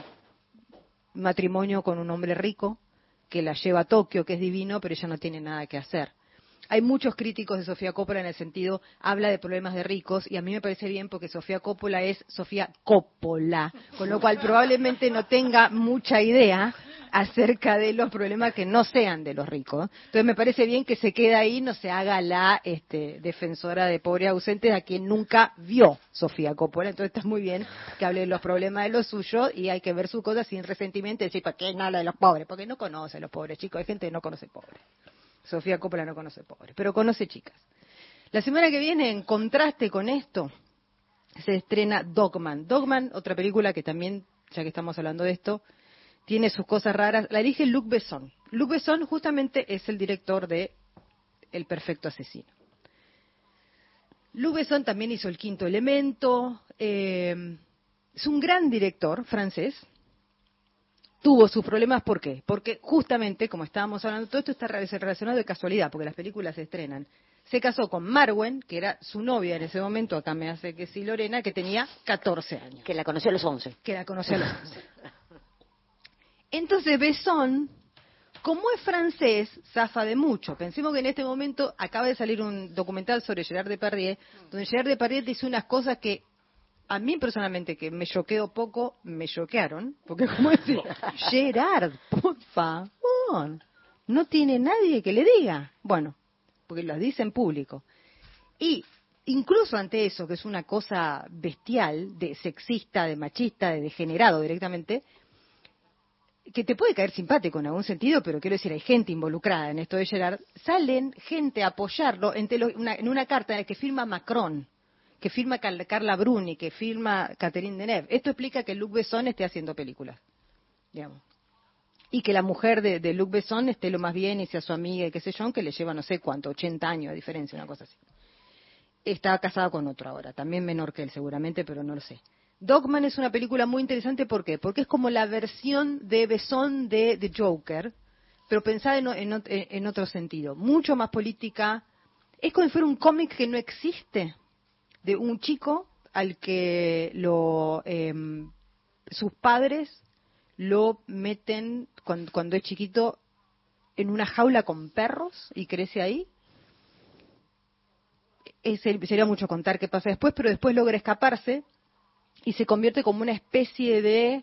matrimonio con un hombre rico que la lleva a Tokio, que es divino, pero ella no tiene nada que hacer. Hay muchos críticos de Sofía Coppola en el sentido, habla de problemas de ricos, y a mí me parece bien porque Sofía Coppola es Sofía Coppola, con lo cual probablemente no tenga mucha idea acerca de los problemas que no sean de los ricos. Entonces me parece bien que se quede ahí, no se haga la este, defensora de pobres ausentes a quien nunca vio Sofía Coppola. Entonces está muy bien que hable de los problemas de los suyos y hay que ver sus cosas sin resentimiento y decir, ¿para qué no habla de los pobres? Porque no conoce a los pobres, chicos. Hay gente que no conoce pobres. Sofía Coppola no conoce pobres, pero conoce chicas. La semana que viene, en contraste con esto, se estrena Dogman. Dogman, otra película que también, ya que estamos hablando de esto, tiene sus cosas raras. La dirige Luc Besson. Luc Besson justamente es el director de El Perfecto Asesino. Luc Besson también hizo El Quinto Elemento. Eh, es un gran director francés. Tuvo sus problemas, ¿por qué? Porque justamente, como estábamos hablando, todo esto está relacionado de casualidad, porque las películas se estrenan. Se casó con Marwen, que era su novia en ese momento, acá me hace que sí Lorena, que tenía catorce años. Que la conoció a los once. Que la conoció a los once. Entonces Besson, como es francés, zafa de mucho. Pensemos que en este momento acaba de salir un documental sobre Gerard Depardieu, donde Gerard Depardieu dice unas cosas que a mí personalmente, que me choqueo poco, me choquearon, porque como decir, Gerard, por favor, no tiene nadie que le diga. Bueno, porque lo dice en público. Y incluso ante eso, que es una cosa bestial, de sexista, de machista, de degenerado directamente, que te puede caer simpático en algún sentido, pero quiero decir, hay gente involucrada en esto de Gerard, salen gente a apoyarlo en, telo, una, en una carta en la que firma Macron, que firma Carla Bruni, que firma Catherine Deneuve. Esto explica que Luc Besson esté haciendo películas, digamos. Y que la mujer de, de Luc Besson esté lo más bien y sea su amiga y qué sé yo, aunque le lleva no sé cuánto, ochenta años de diferencia, una cosa así. Está casada con otro ahora, también menor que él seguramente, pero no lo sé. Dogman es una película muy interesante, ¿por qué? Porque es como la versión de Besson de The Joker, pero pensada en, en, en otro sentido, mucho más política. Es como si fuera un cómic que no existe, de un chico al que lo eh, sus padres lo meten cuando, cuando es chiquito en una jaula con perros y crece ahí. Es, sería mucho contar qué pasa después, pero después logra escaparse y se convierte como una especie de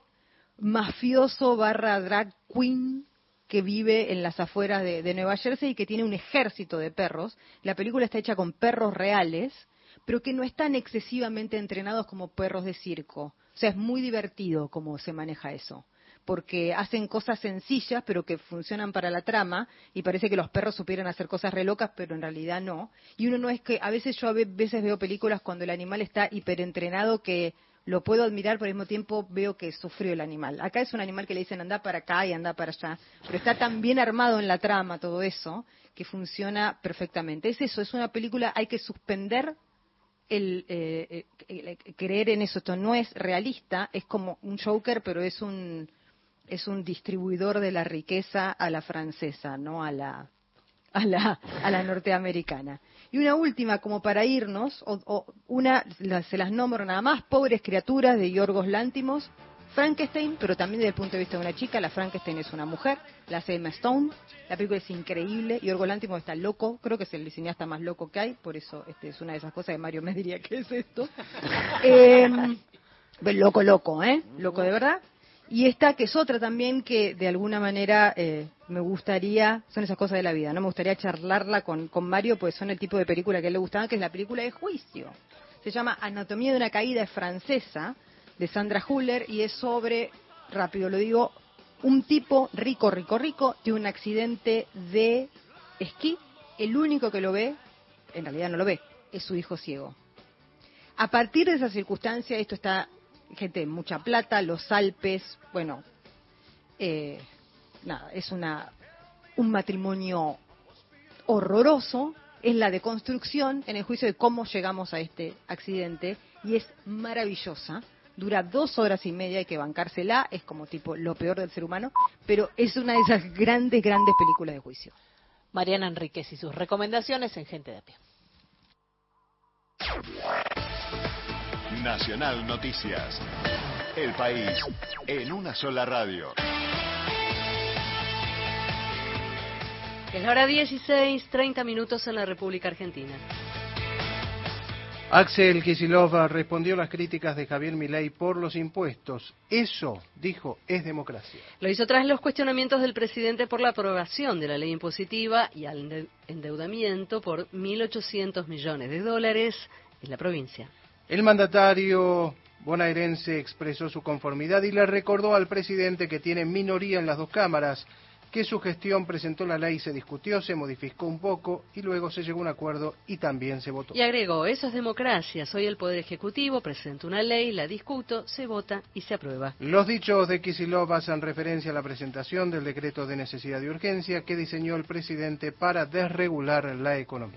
mafioso barra drag queen que vive en las afueras de, de Nueva Jersey y que tiene un ejército de perros. La película está hecha con perros reales, pero que no están excesivamente entrenados como perros de circo. O sea, es muy divertido cómo se maneja eso, porque hacen cosas sencillas, pero que funcionan para la trama, y parece que los perros supieran hacer cosas re locas, pero en realidad no. Y uno no es que, a veces yo a veces veo películas cuando el animal está hiperentrenado que lo puedo admirar, pero al mismo tiempo veo que sufrió el animal. Acá es un animal que le dicen anda para acá y anda para allá, pero está tan bien armado en la trama todo eso, que funciona perfectamente. Es eso, es una película, hay que suspender el, eh, el, el creer en eso. Esto no es realista, es como un Joker, pero es un es un distribuidor de la riqueza a la francesa, no a la a la a la norteamericana. Y una última, como para irnos, o, o una, la, se las nombro nada más, Pobres criaturas, de Yorgos Lántimos, Frankenstein, pero también desde el punto de vista de una chica. La Frankenstein es una mujer, la hace Emma Stone, la película es increíble, Yorgos Lántimos está loco, creo que es el cineasta más loco que hay, por eso este es una de esas cosas que Mario me diría, ¿qué es esto? eh, loco, loco, ¿eh? Loco de verdad. Y esta, que es otra también que de alguna manera eh, me gustaría, son esas cosas de la vida, ¿no? Me gustaría charlarla con, con Mario, pues son el tipo de película que a él le gustaba, que es la película de Juicio. Se llama Anatomía de una caída, es francesa, de Sandra Hüller, y es sobre, rápido lo digo, un tipo rico, rico, rico, de un accidente de esquí. El único que lo ve, en realidad no lo ve, es su hijo ciego. A partir de esa circunstancia, esto está... gente, mucha plata, los Alpes, bueno, eh, nada, es una un matrimonio horroroso, es la deconstrucción en el juicio de cómo llegamos a este accidente, y es maravillosa, dura dos horas y media, hay que bancársela, es como tipo lo peor del ser humano, pero es una de esas grandes, grandes películas de juicio. Mariana Enríquez y sus recomendaciones en Gente de a Pie. Nacional Noticias. El país en una sola radio. Es la hora dieciséis, treinta minutos en la República Argentina. Axel Kicillof respondió a las críticas de Javier Milei por los impuestos. Eso, dijo, es democracia. Lo hizo tras los cuestionamientos del presidente por la aprobación de la ley impositiva y al endeudamiento por mil ochocientos millones de dólares en la provincia. El mandatario bonaerense expresó su conformidad y le recordó al presidente que tiene minoría en las dos cámaras, que su gestión presentó la ley, se discutió, se modificó un poco y luego se llegó a un acuerdo y también se votó. Y agregó, eso es democracia, soy el Poder Ejecutivo, presento una ley, la discuto, se vota y se aprueba. Los dichos de Kicillof hacen referencia a la presentación del decreto de necesidad y urgencia que diseñó el presidente para desregular la economía.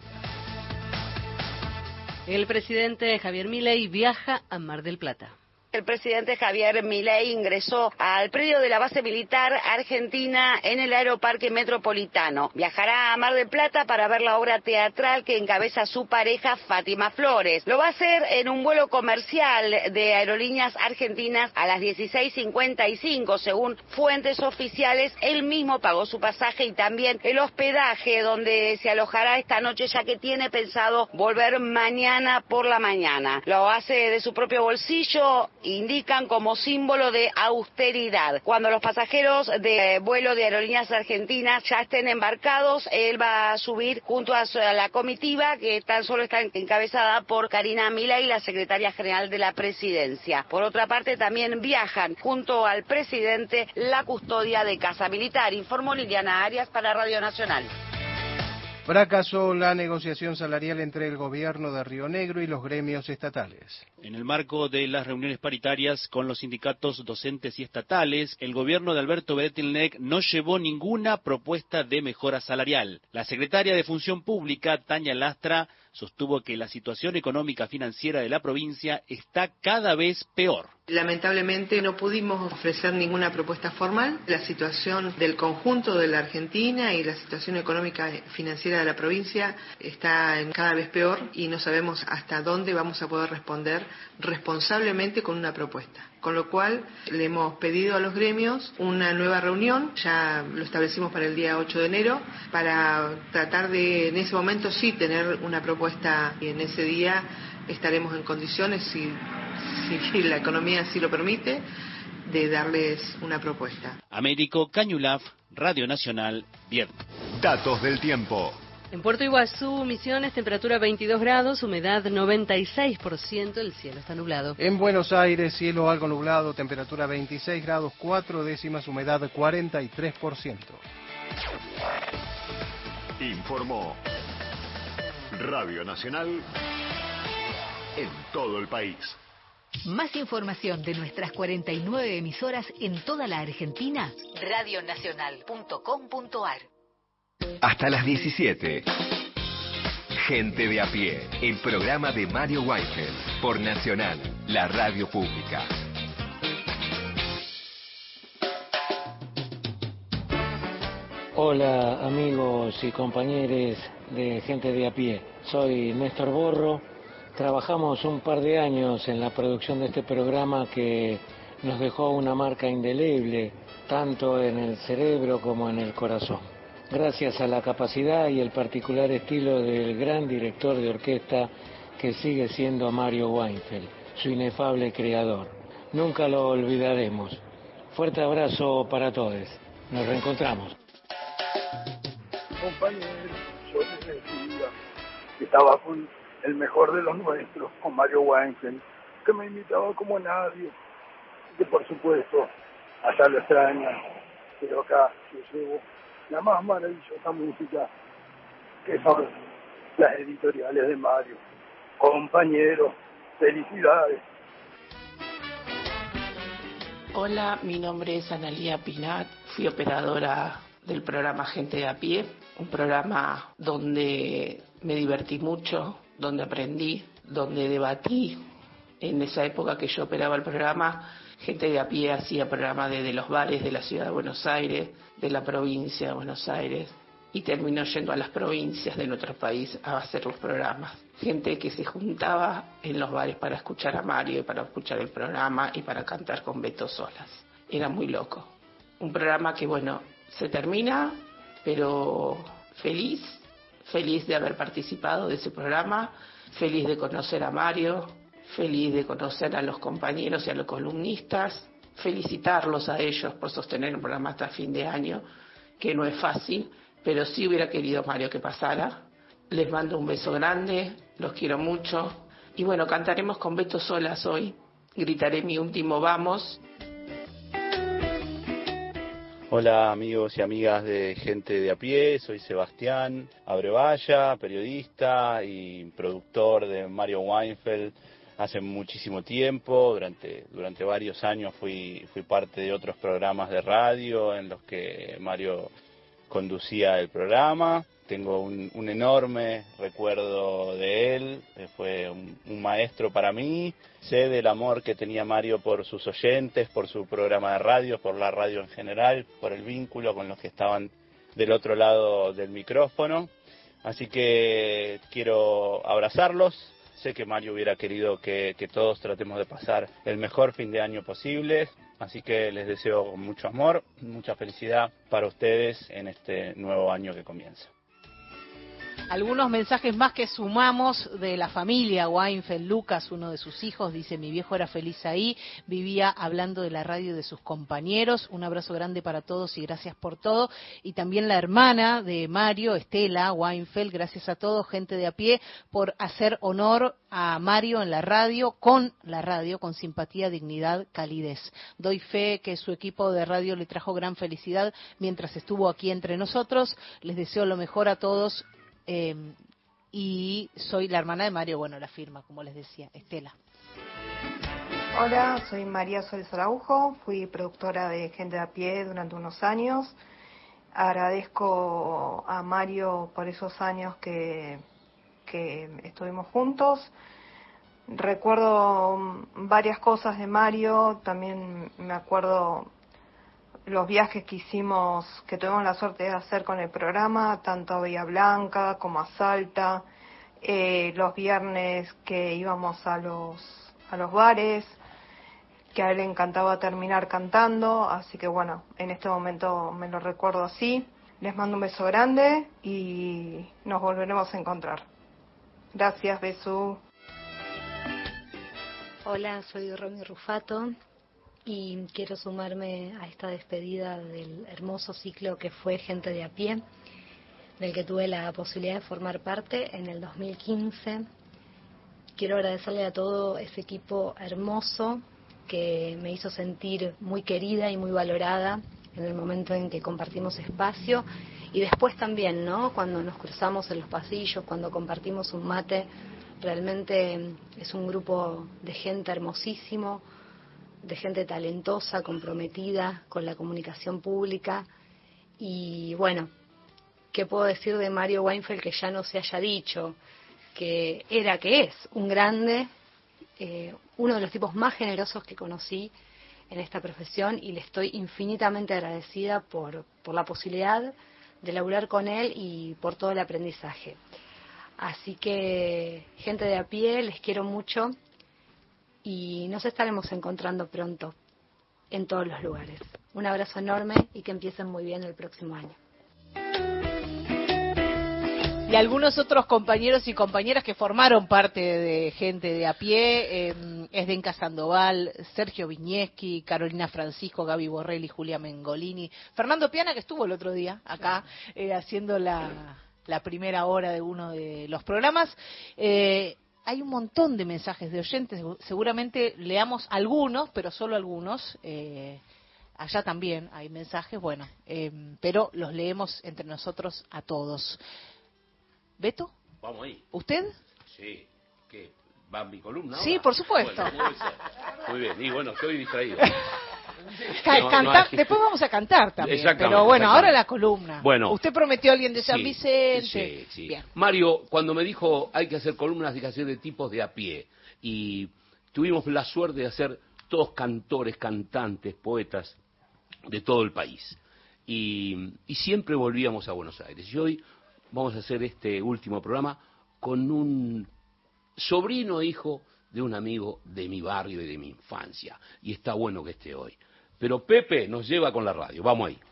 El presidente Javier Milei viaja a Mar del Plata. El presidente Javier Milei ingresó al predio de la base militar argentina en el Aeroparque Metropolitano. Viajará a Mar del Plata para ver la obra teatral que encabeza su pareja Fátima Flores. Lo va a hacer en un vuelo comercial de Aerolíneas Argentinas a las dieciséis cincuenta y cinco, según fuentes oficiales. Él mismo pagó su pasaje y también el hospedaje donde se alojará esta noche, ya que tiene pensado volver mañana por la mañana. Lo hace de su propio bolsillo indican como símbolo de austeridad. Cuando los pasajeros de vuelo de Aerolíneas Argentinas ya estén embarcados, él va a subir junto a la comitiva que tan solo está encabezada por Karina Milei, la secretaria general de la presidencia. Por otra parte, también viajan junto al presidente la custodia de Casa Militar, informó Liliana Arias para Radio Nacional. Fracasó la negociación salarial entre el gobierno de Río Negro y los gremios estatales. En el marco de las reuniones paritarias con los sindicatos docentes y estatales, el gobierno de Alberto Beretilnec no llevó ninguna propuesta de mejora salarial. La secretaria de Función Pública, Tania Lastra, sostuvo que la situación económica financiera de la provincia está cada vez peor. Lamentablemente no pudimos ofrecer ninguna propuesta formal. La situación del conjunto de la Argentina y la situación económica financiera de la provincia está cada vez peor y no sabemos hasta dónde vamos a poder responder responsablemente con una propuesta. Con lo cual le hemos pedido a los gremios una nueva reunión, ya lo establecimos para el día ocho de enero, para tratar de en ese momento sí tener una propuesta y en ese día estaremos en condiciones, si, si la economía así lo permite, de darles una propuesta. Américo Cañulaf, Radio Nacional, Viernes. Datos del tiempo. En Puerto Iguazú, Misiones, temperatura veintidós grados, humedad noventa y seis por ciento, el cielo está nublado. En Buenos Aires, cielo algo nublado, temperatura veintiséis grados, cuatro décimas, humedad cuarenta y tres por ciento. Informó Radio Nacional en todo el país. Más información de nuestras cuarenta y nueve emisoras en toda la Argentina, radio nacional punto com punto ar. Hasta las diecisiete. Gente de a pie, el programa de Mario Weinfeld por Nacional, la radio pública. Hola amigos y compañeros de Gente de a pie, soy Néstor Borro. Trabajamos un par de años en la producción de este programa que nos dejó una marca indeleble, tanto en el cerebro como en el corazón. Gracias a la capacidad y el particular estilo del gran director de orquesta que sigue siendo Mario Weinfeld, su inefable creador. Nunca lo olvidaremos. Fuerte abrazo para todos. Nos reencontramos. Compañeros, yo les decía que estaba con el mejor de los nuestros, con Mario Weinfeld, que me invitaba como nadie, que por supuesto allá lo extraña, pero acá yo llevo la más maravillosa música, que son las editoriales de Mario. Compañeros, felicidades. Hola, mi nombre es Analía Pinat, fui operadora del programa Gente de a Pie, un programa donde me divertí mucho, donde aprendí, donde debatí. En esa época que yo operaba el programa, Gente de a Pie hacía programas desde los bares de la ciudad de Buenos Aires, de la provincia de Buenos Aires, y terminó yendo a las provincias de nuestro país a hacer los programas. Gente que se juntaba en los bares para escuchar a Mario y para escuchar el programa y para cantar con Beto Solas. Era muy loco. Un programa que, bueno, se termina, pero feliz, feliz de haber participado de ese programa, feliz de conocer a Mario, feliz de conocer a los compañeros y a los columnistas, felicitarlos a ellos por sostener un programa hasta fin de año, que no es fácil, pero sí hubiera querido Mario que pasara. Les mando un beso grande, los quiero mucho, y bueno, cantaremos con Beto Solas hoy, gritaré mi último vamos. Hola amigos y amigas de Gente de a Pie, soy Sebastián Abrevaya, periodista y productor de Mario Weinfeld hace muchísimo tiempo. Durante, durante varios años fui, fui parte de otros programas de radio en los que Mario conducía el programa. Tengo un, un enorme recuerdo de él, fue un, un maestro para mí. Sé del amor que tenía Mario por sus oyentes, por su programa de radio, por la radio en general, por el vínculo con los que estaban del otro lado del micrófono. Así que quiero abrazarlos. Sé que Mario hubiera querido que, que todos tratemos de pasar el mejor fin de año posible. Así que les deseo mucho amor, mucha felicidad para ustedes en este nuevo año que comienza. Algunos mensajes más que sumamos de la familia Weinfeld. Lucas, uno de sus hijos, dice: mi viejo era feliz ahí, vivía hablando de la radio de sus compañeros. Un abrazo grande para todos y gracias por todo. Y también la hermana de Mario, Estela Weinfeld: gracias a todos, gente de a pie, por hacer honor a Mario en la radio, con la radio, con simpatía, dignidad, calidez. Doy fe que su equipo de radio le trajo gran felicidad mientras estuvo aquí entre nosotros. Les deseo lo mejor a todos. Eh, y soy la hermana de Mario, bueno, la firma, como les decía, Estela. Hola, soy María Soles Araujo, fui productora de Gente de a Pie durante unos años. Agradezco a Mario por esos años que, que estuvimos juntos. Recuerdo varias cosas de Mario, también me acuerdo los viajes que hicimos, que tuvimos la suerte de hacer con el programa, tanto a Bahía Blanca como a Salta, eh, los viernes que íbamos a los, a los bares, que a él le encantaba terminar cantando, así que bueno, en este momento me lo recuerdo así. Les mando un beso grande y nos volveremos a encontrar. Gracias, beso. Hola, soy Romy Rufato y quiero sumarme a esta despedida del hermoso ciclo que fue Gente de a Pie, del que tuve la posibilidad de formar parte en el dos mil quince. Quiero agradecerle a todo ese equipo hermoso que me hizo sentir muy querida y muy valorada en el momento en que compartimos espacio, y después también, ¿no?, cuando nos cruzamos en los pasillos, cuando compartimos un mate. Realmente es un grupo de gente hermosísimo, de gente talentosa, comprometida con la comunicación pública. Y bueno, ¿qué puedo decir de Mario Weinfeld que ya no se haya dicho? Que era, que es un grande, eh, uno de los tipos más generosos que conocí en esta profesión, y le estoy infinitamente agradecida por, por la posibilidad de laburar con él y por todo el aprendizaje. Así que, gente de a pie, les quiero mucho y nos estaremos encontrando pronto en todos los lugares. Un abrazo enorme y que empiecen muy bien el próximo año. Y algunos otros compañeros y compañeras que formaron parte de Gente de a Pie, eh, Esdenka Sandoval, Sergio Viñeski, Carolina Francisco, Gaby Borrelli, Julia Mengolini, Fernando Piana, que estuvo el otro día acá eh, haciendo la... la primera hora de uno de los programas. Eh, hay un montón de mensajes de oyentes, seguramente leamos algunos, pero solo algunos. Eh, allá también hay mensajes, bueno, eh, pero los leemos entre nosotros a todos. ¿Beto? Vamos ahí. ¿Usted? Sí. ¿Qué? ¿Va mi columna ahora? Sí, por supuesto. Bueno, muy, bien. Muy bien, y bueno, estoy distraído. Ca- No, cantar, no hay- después vamos a cantar también, Exactamente, pero bueno, exactamente. ahora la columna. Bueno. Usted prometió a alguien de San Sí, Vicente. Sí, sí. Bien. Mario, cuando me dijo hay que hacer columnas, hay que hacer de tipos de a pie, y tuvimos la suerte de hacer todos cantores, cantantes, poetas de todo el país, y, y siempre volvíamos a Buenos Aires. Y hoy vamos a hacer este último programa con un sobrino hijo de un amigo de mi barrio y de mi infancia, y está bueno que esté hoy. Pero Pepe nos lleva con la radio. Vamos ahí.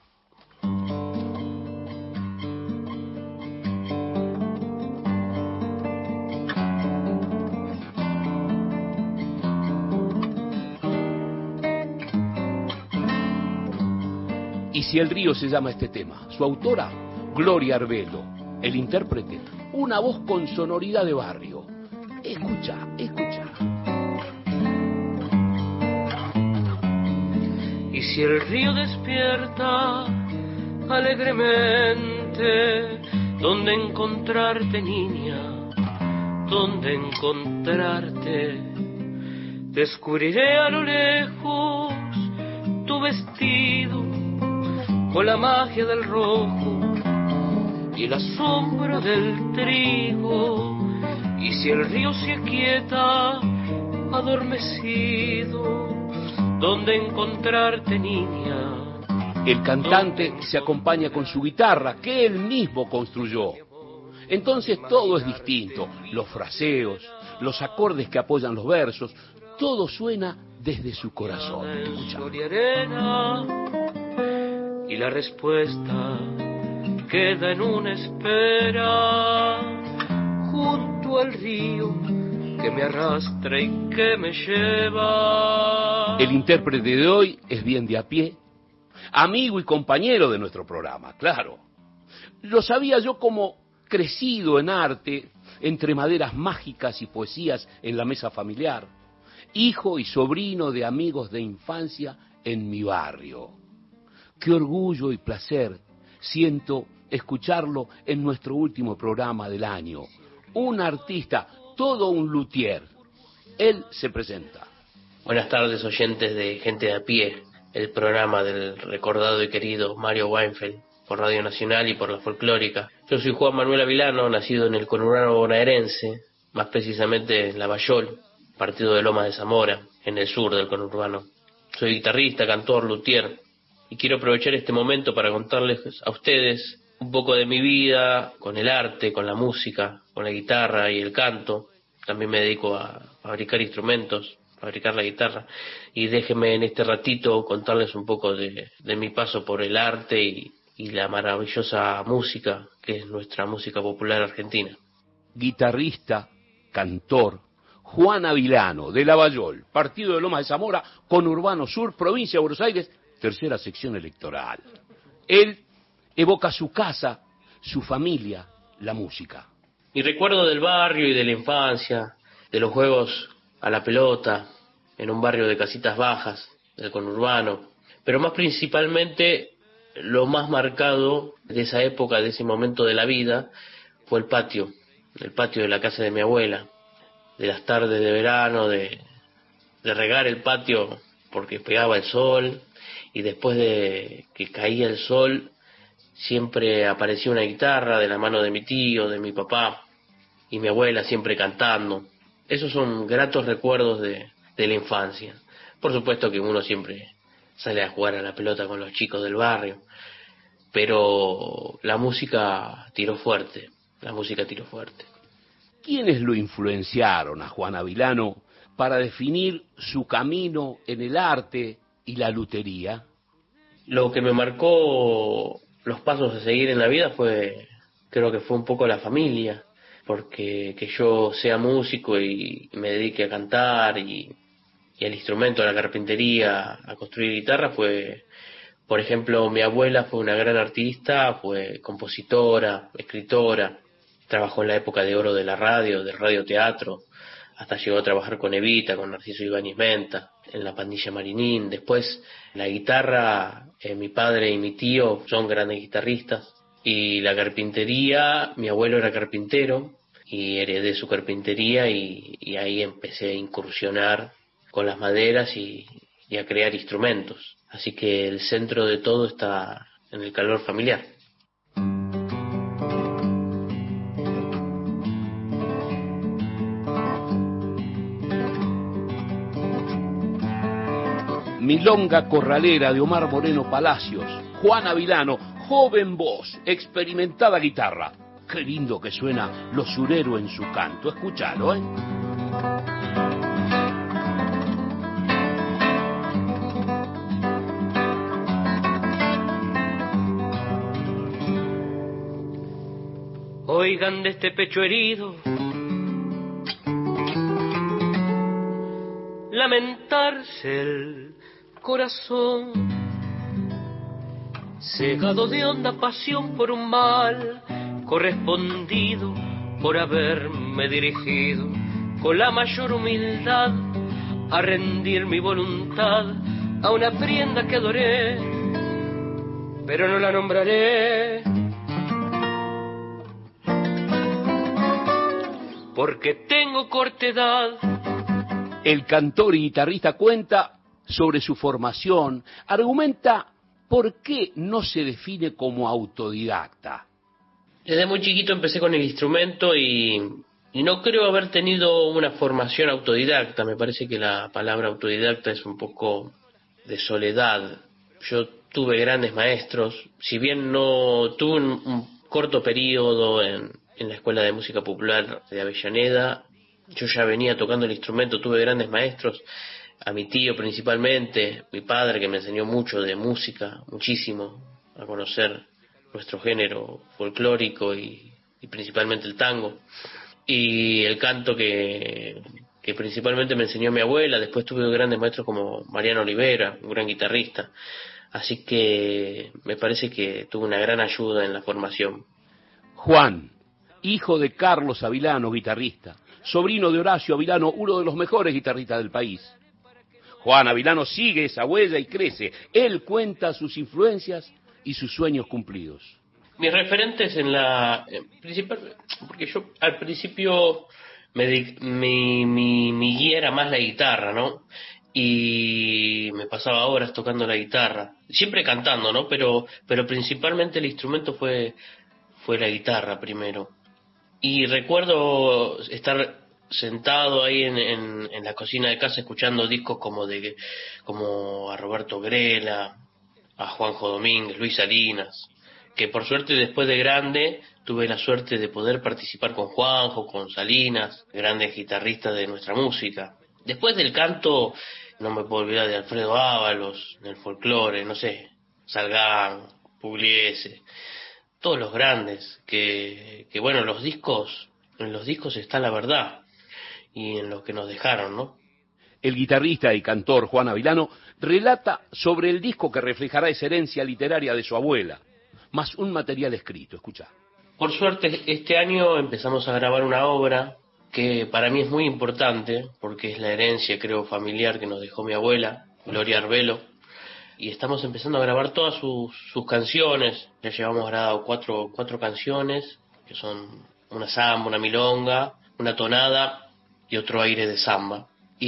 Y si el río se llama este tema, su autora, Gloria Arbelo, el intérprete, una voz con sonoridad de barrio. Escucha, escucha. Y si el río despierta alegremente, ¿dónde encontrarte, niña? ¿Dónde encontrarte? Descubriré a lo lejos tu vestido con la magia del rojo y la sombra del trigo. Y si el río se aquieta adormecido, ¿dónde encontrarte, niña? El cantante se acompaña con su guitarra, que él mismo construyó. Entonces todo es distinto, los fraseos, los acordes que apoyan los versos, todo suena desde su corazón. Escucha. Sol y arena, y la respuesta queda en una espera junto al río que me arrastra y que me lleva. El intérprete de hoy es bien de a pie, amigo y compañero de nuestro programa, claro. Lo sabía yo como crecido en arte, entre maderas mágicas y poesías en la mesa familiar, hijo y sobrino de amigos de infancia en mi barrio. Qué orgullo y placer siento escucharlo en nuestro último programa del año. Un artista, todo un luthier. Él se presenta. Buenas tardes, oyentes de Gente de a Pie, el programa del recordado y querido Mario Weinfeld, por Radio Nacional y por la Folclórica. Yo soy Juan Manuel Avilano, nacido en el conurbano bonaerense, más precisamente en Lavallol, partido de Lomas de Zamora, en el sur del conurbano. Soy guitarrista, cantor, luthier, y quiero aprovechar este momento para contarles a ustedes un poco de mi vida con el arte, con la música, con la guitarra y el canto. También me dedico a fabricar instrumentos, fabricar la guitarra, y déjenme en este ratito contarles un poco de, de mi paso por el arte y, y la maravillosa música que es nuestra música popular argentina. Guitarrista, cantor, Juan Avilano, de Lavallol, partido de Lomas de Zamora, conurbano sur, provincia de Buenos Aires, tercera sección electoral. Él evoca su casa, su familia, la música. Mi recuerdo del barrio y de la infancia, de los juegos a la pelota, en un barrio de casitas bajas, del conurbano, pero más principalmente lo más marcado de esa época, de ese momento de la vida, fue el patio, el patio de la casa de mi abuela, de las tardes de verano, de, de regar el patio porque pegaba el sol, y después de que caía el sol, siempre aparecía una guitarra de la mano de mi tío, de mi papá, y mi abuela siempre cantando. Esos son gratos recuerdos de, de la infancia. Por supuesto que uno siempre sale a jugar a la pelota con los chicos del barrio, pero la música tiró fuerte, la música tiró fuerte. ¿Quiénes lo influenciaron a Juan Avilano para definir su camino en el arte y la lutería? Lo que me marcó los pasos a seguir en la vida fue, creo que fue un poco la familia, porque que yo sea músico y me dedique a cantar y, y al instrumento, a la carpintería, a construir guitarra, fue, por ejemplo, mi abuela fue una gran artista, fue compositora, escritora, trabajó en la época de oro de la radio, del radioteatro, hasta llegó a trabajar con Evita, con Narciso Ibáñez Menta, en la pandilla Marinín. Después, la guitarra, eh, mi padre y mi tío son grandes guitarristas, y la carpintería, mi abuelo era carpintero, y heredé su carpintería, y, y ahí empecé a incursionar con las maderas y, y a crear instrumentos. Así que el centro de todo está en el calor familiar. Milonga Corralera de Omar Moreno Palacios, Juan Avilano, joven voz, experimentada guitarra. Qué lindo que suena lo surero en su canto, escúchalo, ¿eh? Oigan de este pecho herido lamentarse el corazón, cegado de honda pasión por un mal correspondido, por haberme dirigido con la mayor humildad a rendir mi voluntad a una prenda que adoré, pero no la nombraré, porque tengo corta edad. El cantor y guitarrista cuenta sobre su formación, argumenta por qué no se define como autodidacta. Desde muy chiquito empecé con el instrumento y, y no creo haber tenido una formación autodidacta. Me parece que la palabra autodidacta es un poco de soledad. Yo tuve grandes maestros, si bien no tuve un, un corto periodo en, en la Escuela de Música Popular de Avellaneda, yo ya venía tocando el instrumento, tuve grandes maestros, a mi tío principalmente, mi padre que me enseñó mucho de música, muchísimo, a conocer nuestro género folclórico y, y principalmente el tango. Y el canto que, que principalmente me enseñó mi abuela. Después tuve grandes maestros como Mariano Olivera, un gran guitarrista. Así que me parece que tuve una gran ayuda en la formación. Juan, hijo de Carlos Avilano, guitarrista, sobrino de Horacio Avilano, uno de los mejores guitarristas del país. Juan Avilano sigue esa huella y crece. Él cuenta sus influencias y sus sueños cumplidos. Mis referentes en la... Eh, principal, porque yo al principio me, mi, mi, mi guía era más la guitarra, ¿no? Y me pasaba horas tocando la guitarra, siempre cantando, ¿no? Pero, pero principalmente el instrumento fue, fue la guitarra primero. Y recuerdo estar sentado ahí en, en, en la cocina de casa escuchando discos como de como a Roberto Grela, a Juanjo Domínguez, Luis Salinas, que por suerte después de grande tuve la suerte de poder participar con Juanjo, con Salinas, grandes guitarristas de nuestra música. Después del canto no me puedo olvidar de Alfredo Ábalos, del folclore, no sé, Salgán, Pugliese, todos los grandes, que, que bueno, los discos, en los discos está la verdad, y en lo que nos dejaron, ¿no? El guitarrista y cantor Juan Avilano relata sobre el disco que reflejará esa herencia literaria de su abuela, más un material escrito, escucha. Por suerte, este año empezamos a grabar una obra que para mí es muy importante, porque es la herencia, creo, familiar que nos dejó mi abuela, Gloria Arbelo, y estamos empezando a grabar todas sus, sus canciones. Ya llevamos grabado cuatro, cuatro canciones, que son una samba, una milonga, una tonada y otro aire de samba.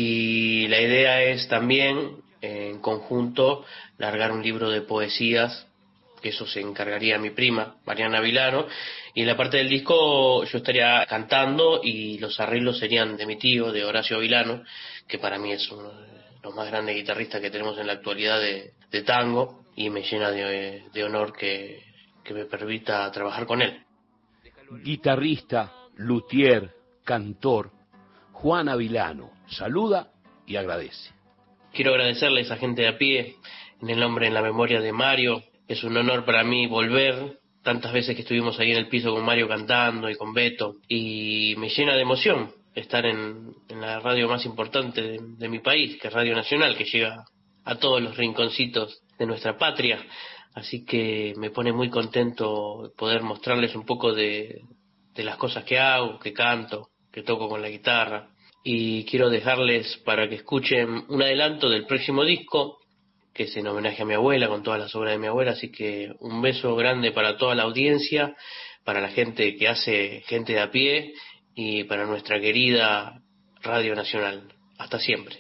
Y la idea es también, en conjunto, largar un libro de poesías, que eso se encargaría mi prima, Mariana Avilano, y en la parte del disco yo estaría cantando y los arreglos serían de mi tío, de Horacio Avilano, que para mí es uno de los más grandes guitarristas que tenemos en la actualidad de, de tango, y me llena de, de honor que, que me permita trabajar con él. Guitarrista, luthier, cantor, Juan Avilano saluda y agradece. Quiero agradecerle a esa gente de a pie, en el nombre, en la memoria de Mario. Es un honor para mí volver, tantas veces que estuvimos ahí en el piso con Mario cantando y con Beto, y me llena de emoción estar en, en la radio más importante de, de mi país, que es Radio Nacional, que llega a todos los rinconcitos de nuestra patria. Así que me pone muy contento poder mostrarles un poco de, de las cosas que hago, que canto, que toco con la guitarra. Y quiero dejarles para que escuchen un adelanto del próximo disco, que es en homenaje a mi abuela, con todas las obras de mi abuela. Así que un beso grande para toda la audiencia, para la gente que hace Gente de a Pie y para nuestra querida Radio Nacional. Hasta siempre.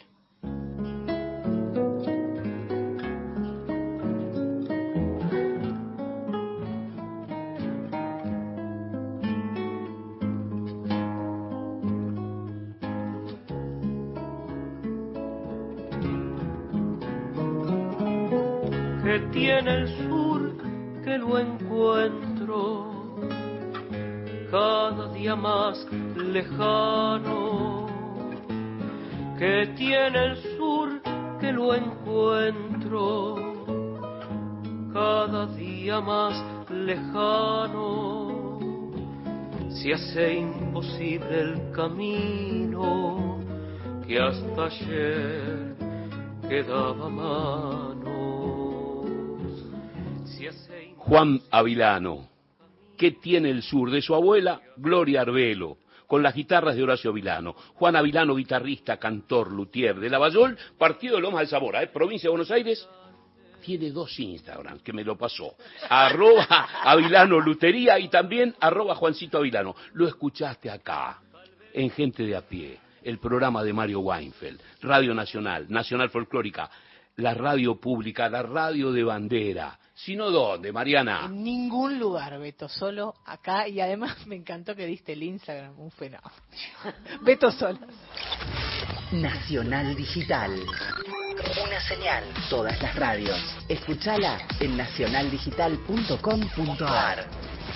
Que tiene el sur que lo encuentro cada día más lejano, que tiene el sur que lo encuentro cada día más lejano, se hace imposible el camino que hasta ayer quedaba mano. Juan Avilano, ¿qué tiene el sur? De su abuela, Gloria Arbelo, con las guitarras de Horacio Avilano. Juan Avilano, guitarrista, cantor, luthier de Lavallol, partido de Lomas de Zamora, ¿eh? Provincia de Buenos Aires. Tiene dos Instagram, que me lo pasó. Arroba Avilano Lutería y también arroba Juancito Avilano. Lo escuchaste acá, en Gente de a Pie, el programa de Mario Weinfeld, Radio Nacional, Nacional Folclórica, la radio pública, la radio de bandera. ¿Sino dónde, Mariana? En ningún lugar, Beto, solo acá. Y además me encantó que diste el Instagram, un fenómeno. Beto Solas. Nacional Digital. Una señal. Todas las radios. Escúchala en nacional digital punto com punto a r.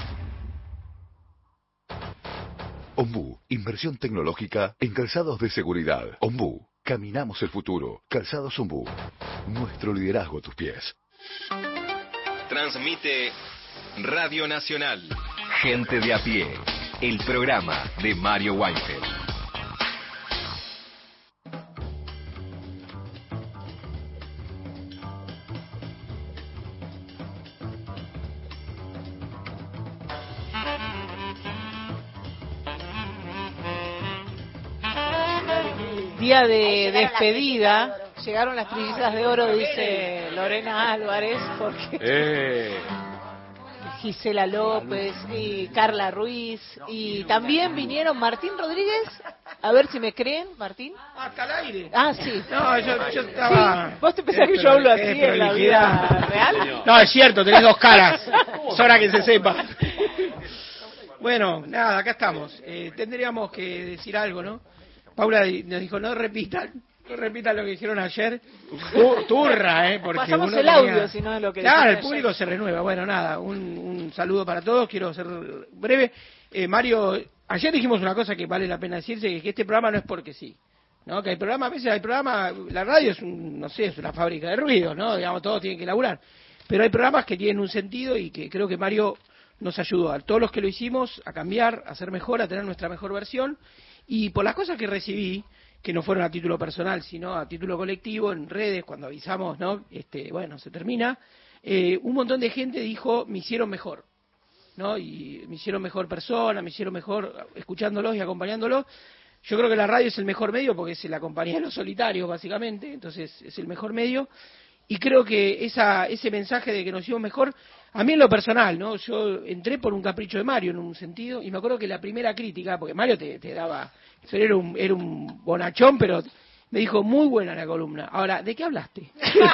Ombú, inversión tecnológica en calzados de seguridad. Ombú, caminamos el futuro. Calzados Ombú. Nuestro liderazgo a tus pies. Transmite Radio Nacional. Gente de a pie. El programa de Mario Weinfeld. Día de despedida. Llegaron las trillizas de oro, dice Lorena Álvarez, porque Eh. Gisela López y Carla Ruiz, y también vinieron Martín Rodríguez, a ver si me creen, Martín. Hasta el aire. Ah, sí. No, yo, yo estaba... Sí. ¿Vos te pensás que yo hablo así en la vida real? No, es cierto, tenés dos caras. Es hora que se sepa. Bueno, nada, acá estamos. Eh, tendríamos que decir algo, ¿no? Paula nos dijo, no repitan, no repitan lo que dijeron ayer. Tu- Turra, ¿eh? Porque Pasamos uno el tenía- audio, si no es lo que Claro, dijiste el público ayer. se renueva. Bueno, nada, un, un saludo para todos. Quiero ser breve. Eh, Mario, ayer dijimos una cosa que vale la pena decirse, que, que este programa no es porque sí. ¿No? Que el programa, a veces hay programa, la radio es un, no sé, es una fábrica de ruido, ¿no? Digamos, todos tienen que laburar. Pero hay programas que tienen un sentido y que creo que Mario nos ayudó a todos los que lo hicimos a cambiar, a ser mejor, a tener nuestra mejor versión. Y por las cosas que recibí, que no fueron a título personal, sino a título colectivo, en redes, cuando avisamos, ¿no? Este, bueno, se termina, eh, un montón de gente dijo, me hicieron mejor, ¿no? Y me hicieron mejor persona, me hicieron mejor escuchándolos y acompañándolos. Yo creo que la radio es el mejor medio porque es la compañía de los solitarios, básicamente, entonces es el mejor medio. Y creo que esa, ese mensaje de que nos hicimos mejor, a mí en lo personal, ¿no? Yo entré por un capricho de Mario en un sentido, y me acuerdo que la primera crítica, porque Mario te, te daba, era un, era un bonachón, pero me dijo, muy buena la columna. Ahora, ¿de qué hablaste?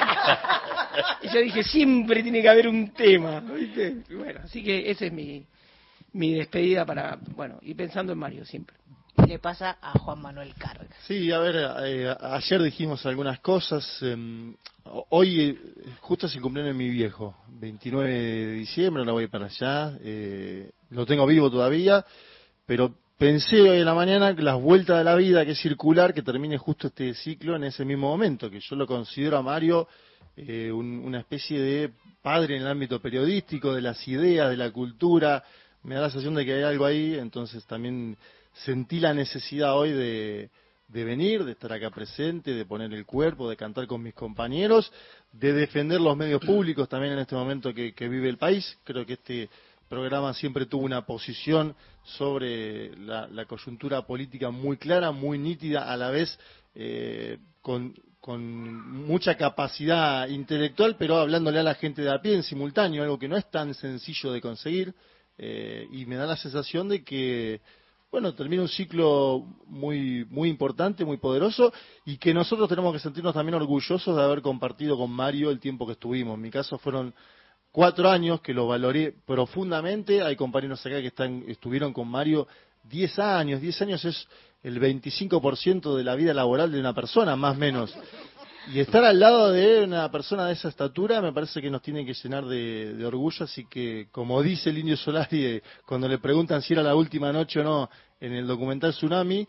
Y yo dije, siempre tiene que haber un tema, ¿viste? Y bueno, así que esa es mi, mi despedida para, bueno, y pensando en Mario siempre. Le pasa a Juan Manuel Carga. Sí, a ver, eh, ayer dijimos algunas cosas. eh, hoy eh, justo es el cumpleaños de mi viejo, veintinueve de diciembre, ahora voy para allá. eh, lo tengo vivo todavía, pero pensé hoy en la mañana que las vueltas de la vida, que es circular, que termine justo este ciclo en ese mismo momento, que yo lo considero a Mario eh, un- una especie de padre en el ámbito periodístico, de las ideas, de la cultura. Me da la sensación de que hay algo ahí, entonces también sentí la necesidad hoy de, de venir, de estar acá presente, de poner el cuerpo, de cantar con mis compañeros, de defender los medios públicos también en este momento que, que vive el país. Creo que este programa siempre tuvo una posición sobre la, la coyuntura política muy clara, muy nítida, a la vez eh, con, con mucha capacidad intelectual, pero hablándole a la gente de a pie en simultáneo, algo que no es tan sencillo de conseguir, eh, y me da la sensación de que bueno, termina un ciclo muy muy importante, muy poderoso, y que nosotros tenemos que sentirnos también orgullosos de haber compartido con Mario el tiempo que estuvimos. En mi caso fueron cuatro años que lo valoré profundamente. Hay compañeros acá que están estuvieron con Mario diez años. Diez años es el veinticinco por ciento de la vida laboral de una persona, más o menos. Y estar al lado de una persona de esa estatura me parece que nos tiene que llenar de, de orgullo, así que, como dice el Indio Solari, eh, cuando le preguntan si era la última noche o no en el documental Tsunami,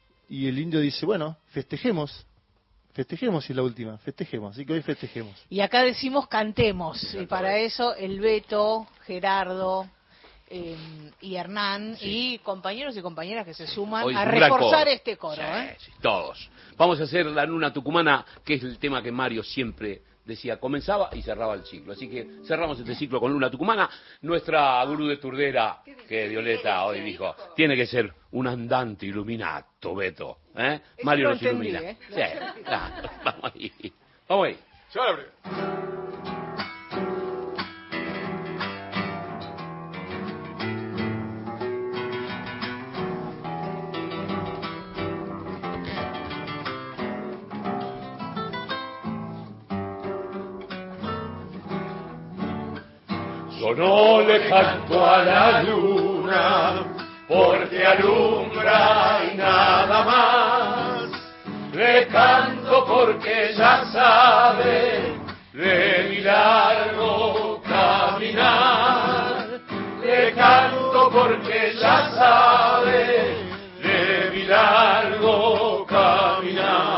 y el Indio dice, bueno, festejemos, festejemos si es la última, festejemos, así que hoy festejemos. Y acá decimos cantemos, y para eso el Beto, Gerardo eh, y Hernán y compañeros y compañeras que se suman Hoy es a un gran reforzar coro. este coro. ¿eh? Sí, todos. Vamos a hacer la luna tucumana, que es el tema que Mario siempre decía, comenzaba y cerraba el ciclo. Así que cerramos este ciclo con luna tucumana. Nuestra gurú de Turdera, que Violeta hoy dijo, tiene que ser un andante iluminato, Beto. ¿eh? Eso Mario lo nos entendí, ilumina. ¿eh? Sí, claro. Vamos ahí. Vamos ahí. Yo no le canto a la luna porque alumbra y nada más. Le canto porque ella sabe de mi largo caminar. Le canto porque ella sabe de mi largo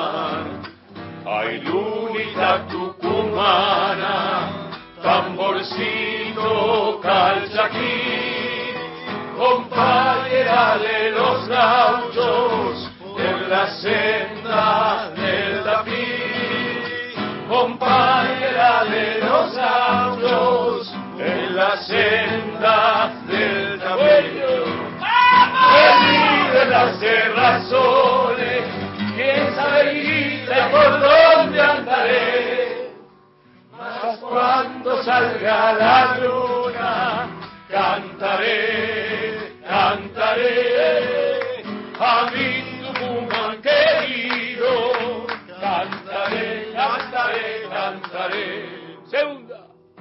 caminar. Ay, lunita tucumana, tamborcito pasito calchaquí, compañera de los gauchos en la senda del Tapí, compañera de los gauchos en la senda del Tapí. Perdido en las cerrazones, quién sabe hijita, por dónde andaré, mas cuando salga la luna cantaré, cantaré a mi Tucumán querido, cantaré, cantaré, cantaré. Segunda.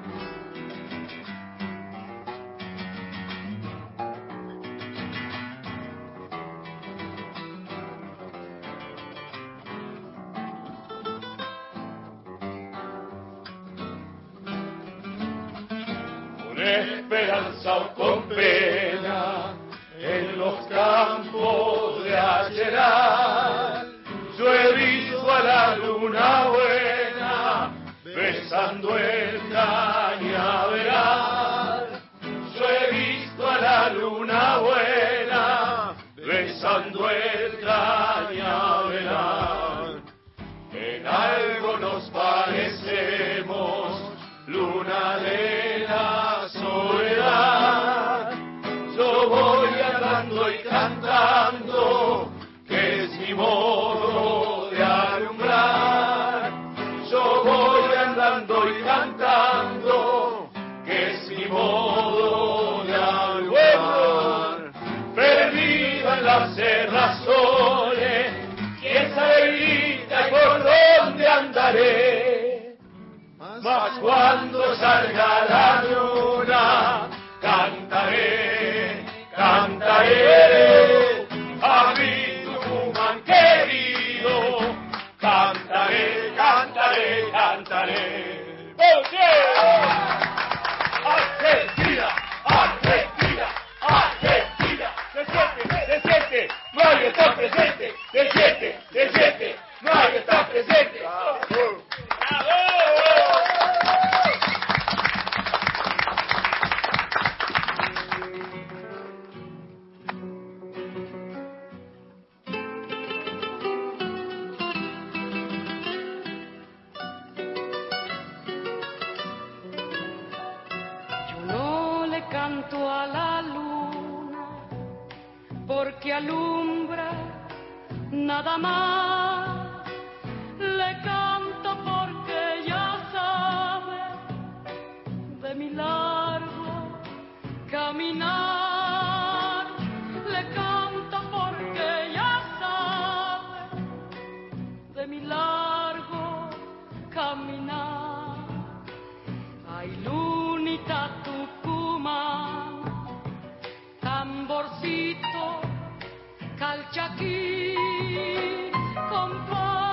Esperanza o con pena en los campos de ayerar, yo he visto a la luna buena besando el cañaveral, yo he visto a la luna buena besando el cañaveral. En algo nos parecemos, luna de la soledad, yo voy andando y cantando, que es mi modo de alumbrar, yo voy andando y cantando, que es mi modo de alumbrar, perdido en las cerrazones, quién sabe y por dónde andaré, mas cuando salga la luna cantaré, cantaré a mi Tucumán querido, cantaré, cantaré, cantaré. Argentina, Argentina, Argentina, se siente, se siente, Mario está presente, se siente, se siente, Mario está presente. Canto a la luna porque alumbra nada más, le canto porque ya sabe de mi largo caminar, le canto porque ya sabe de mi largo caminar. Ay, lunita Tucumán, tamborcito, calchaquí,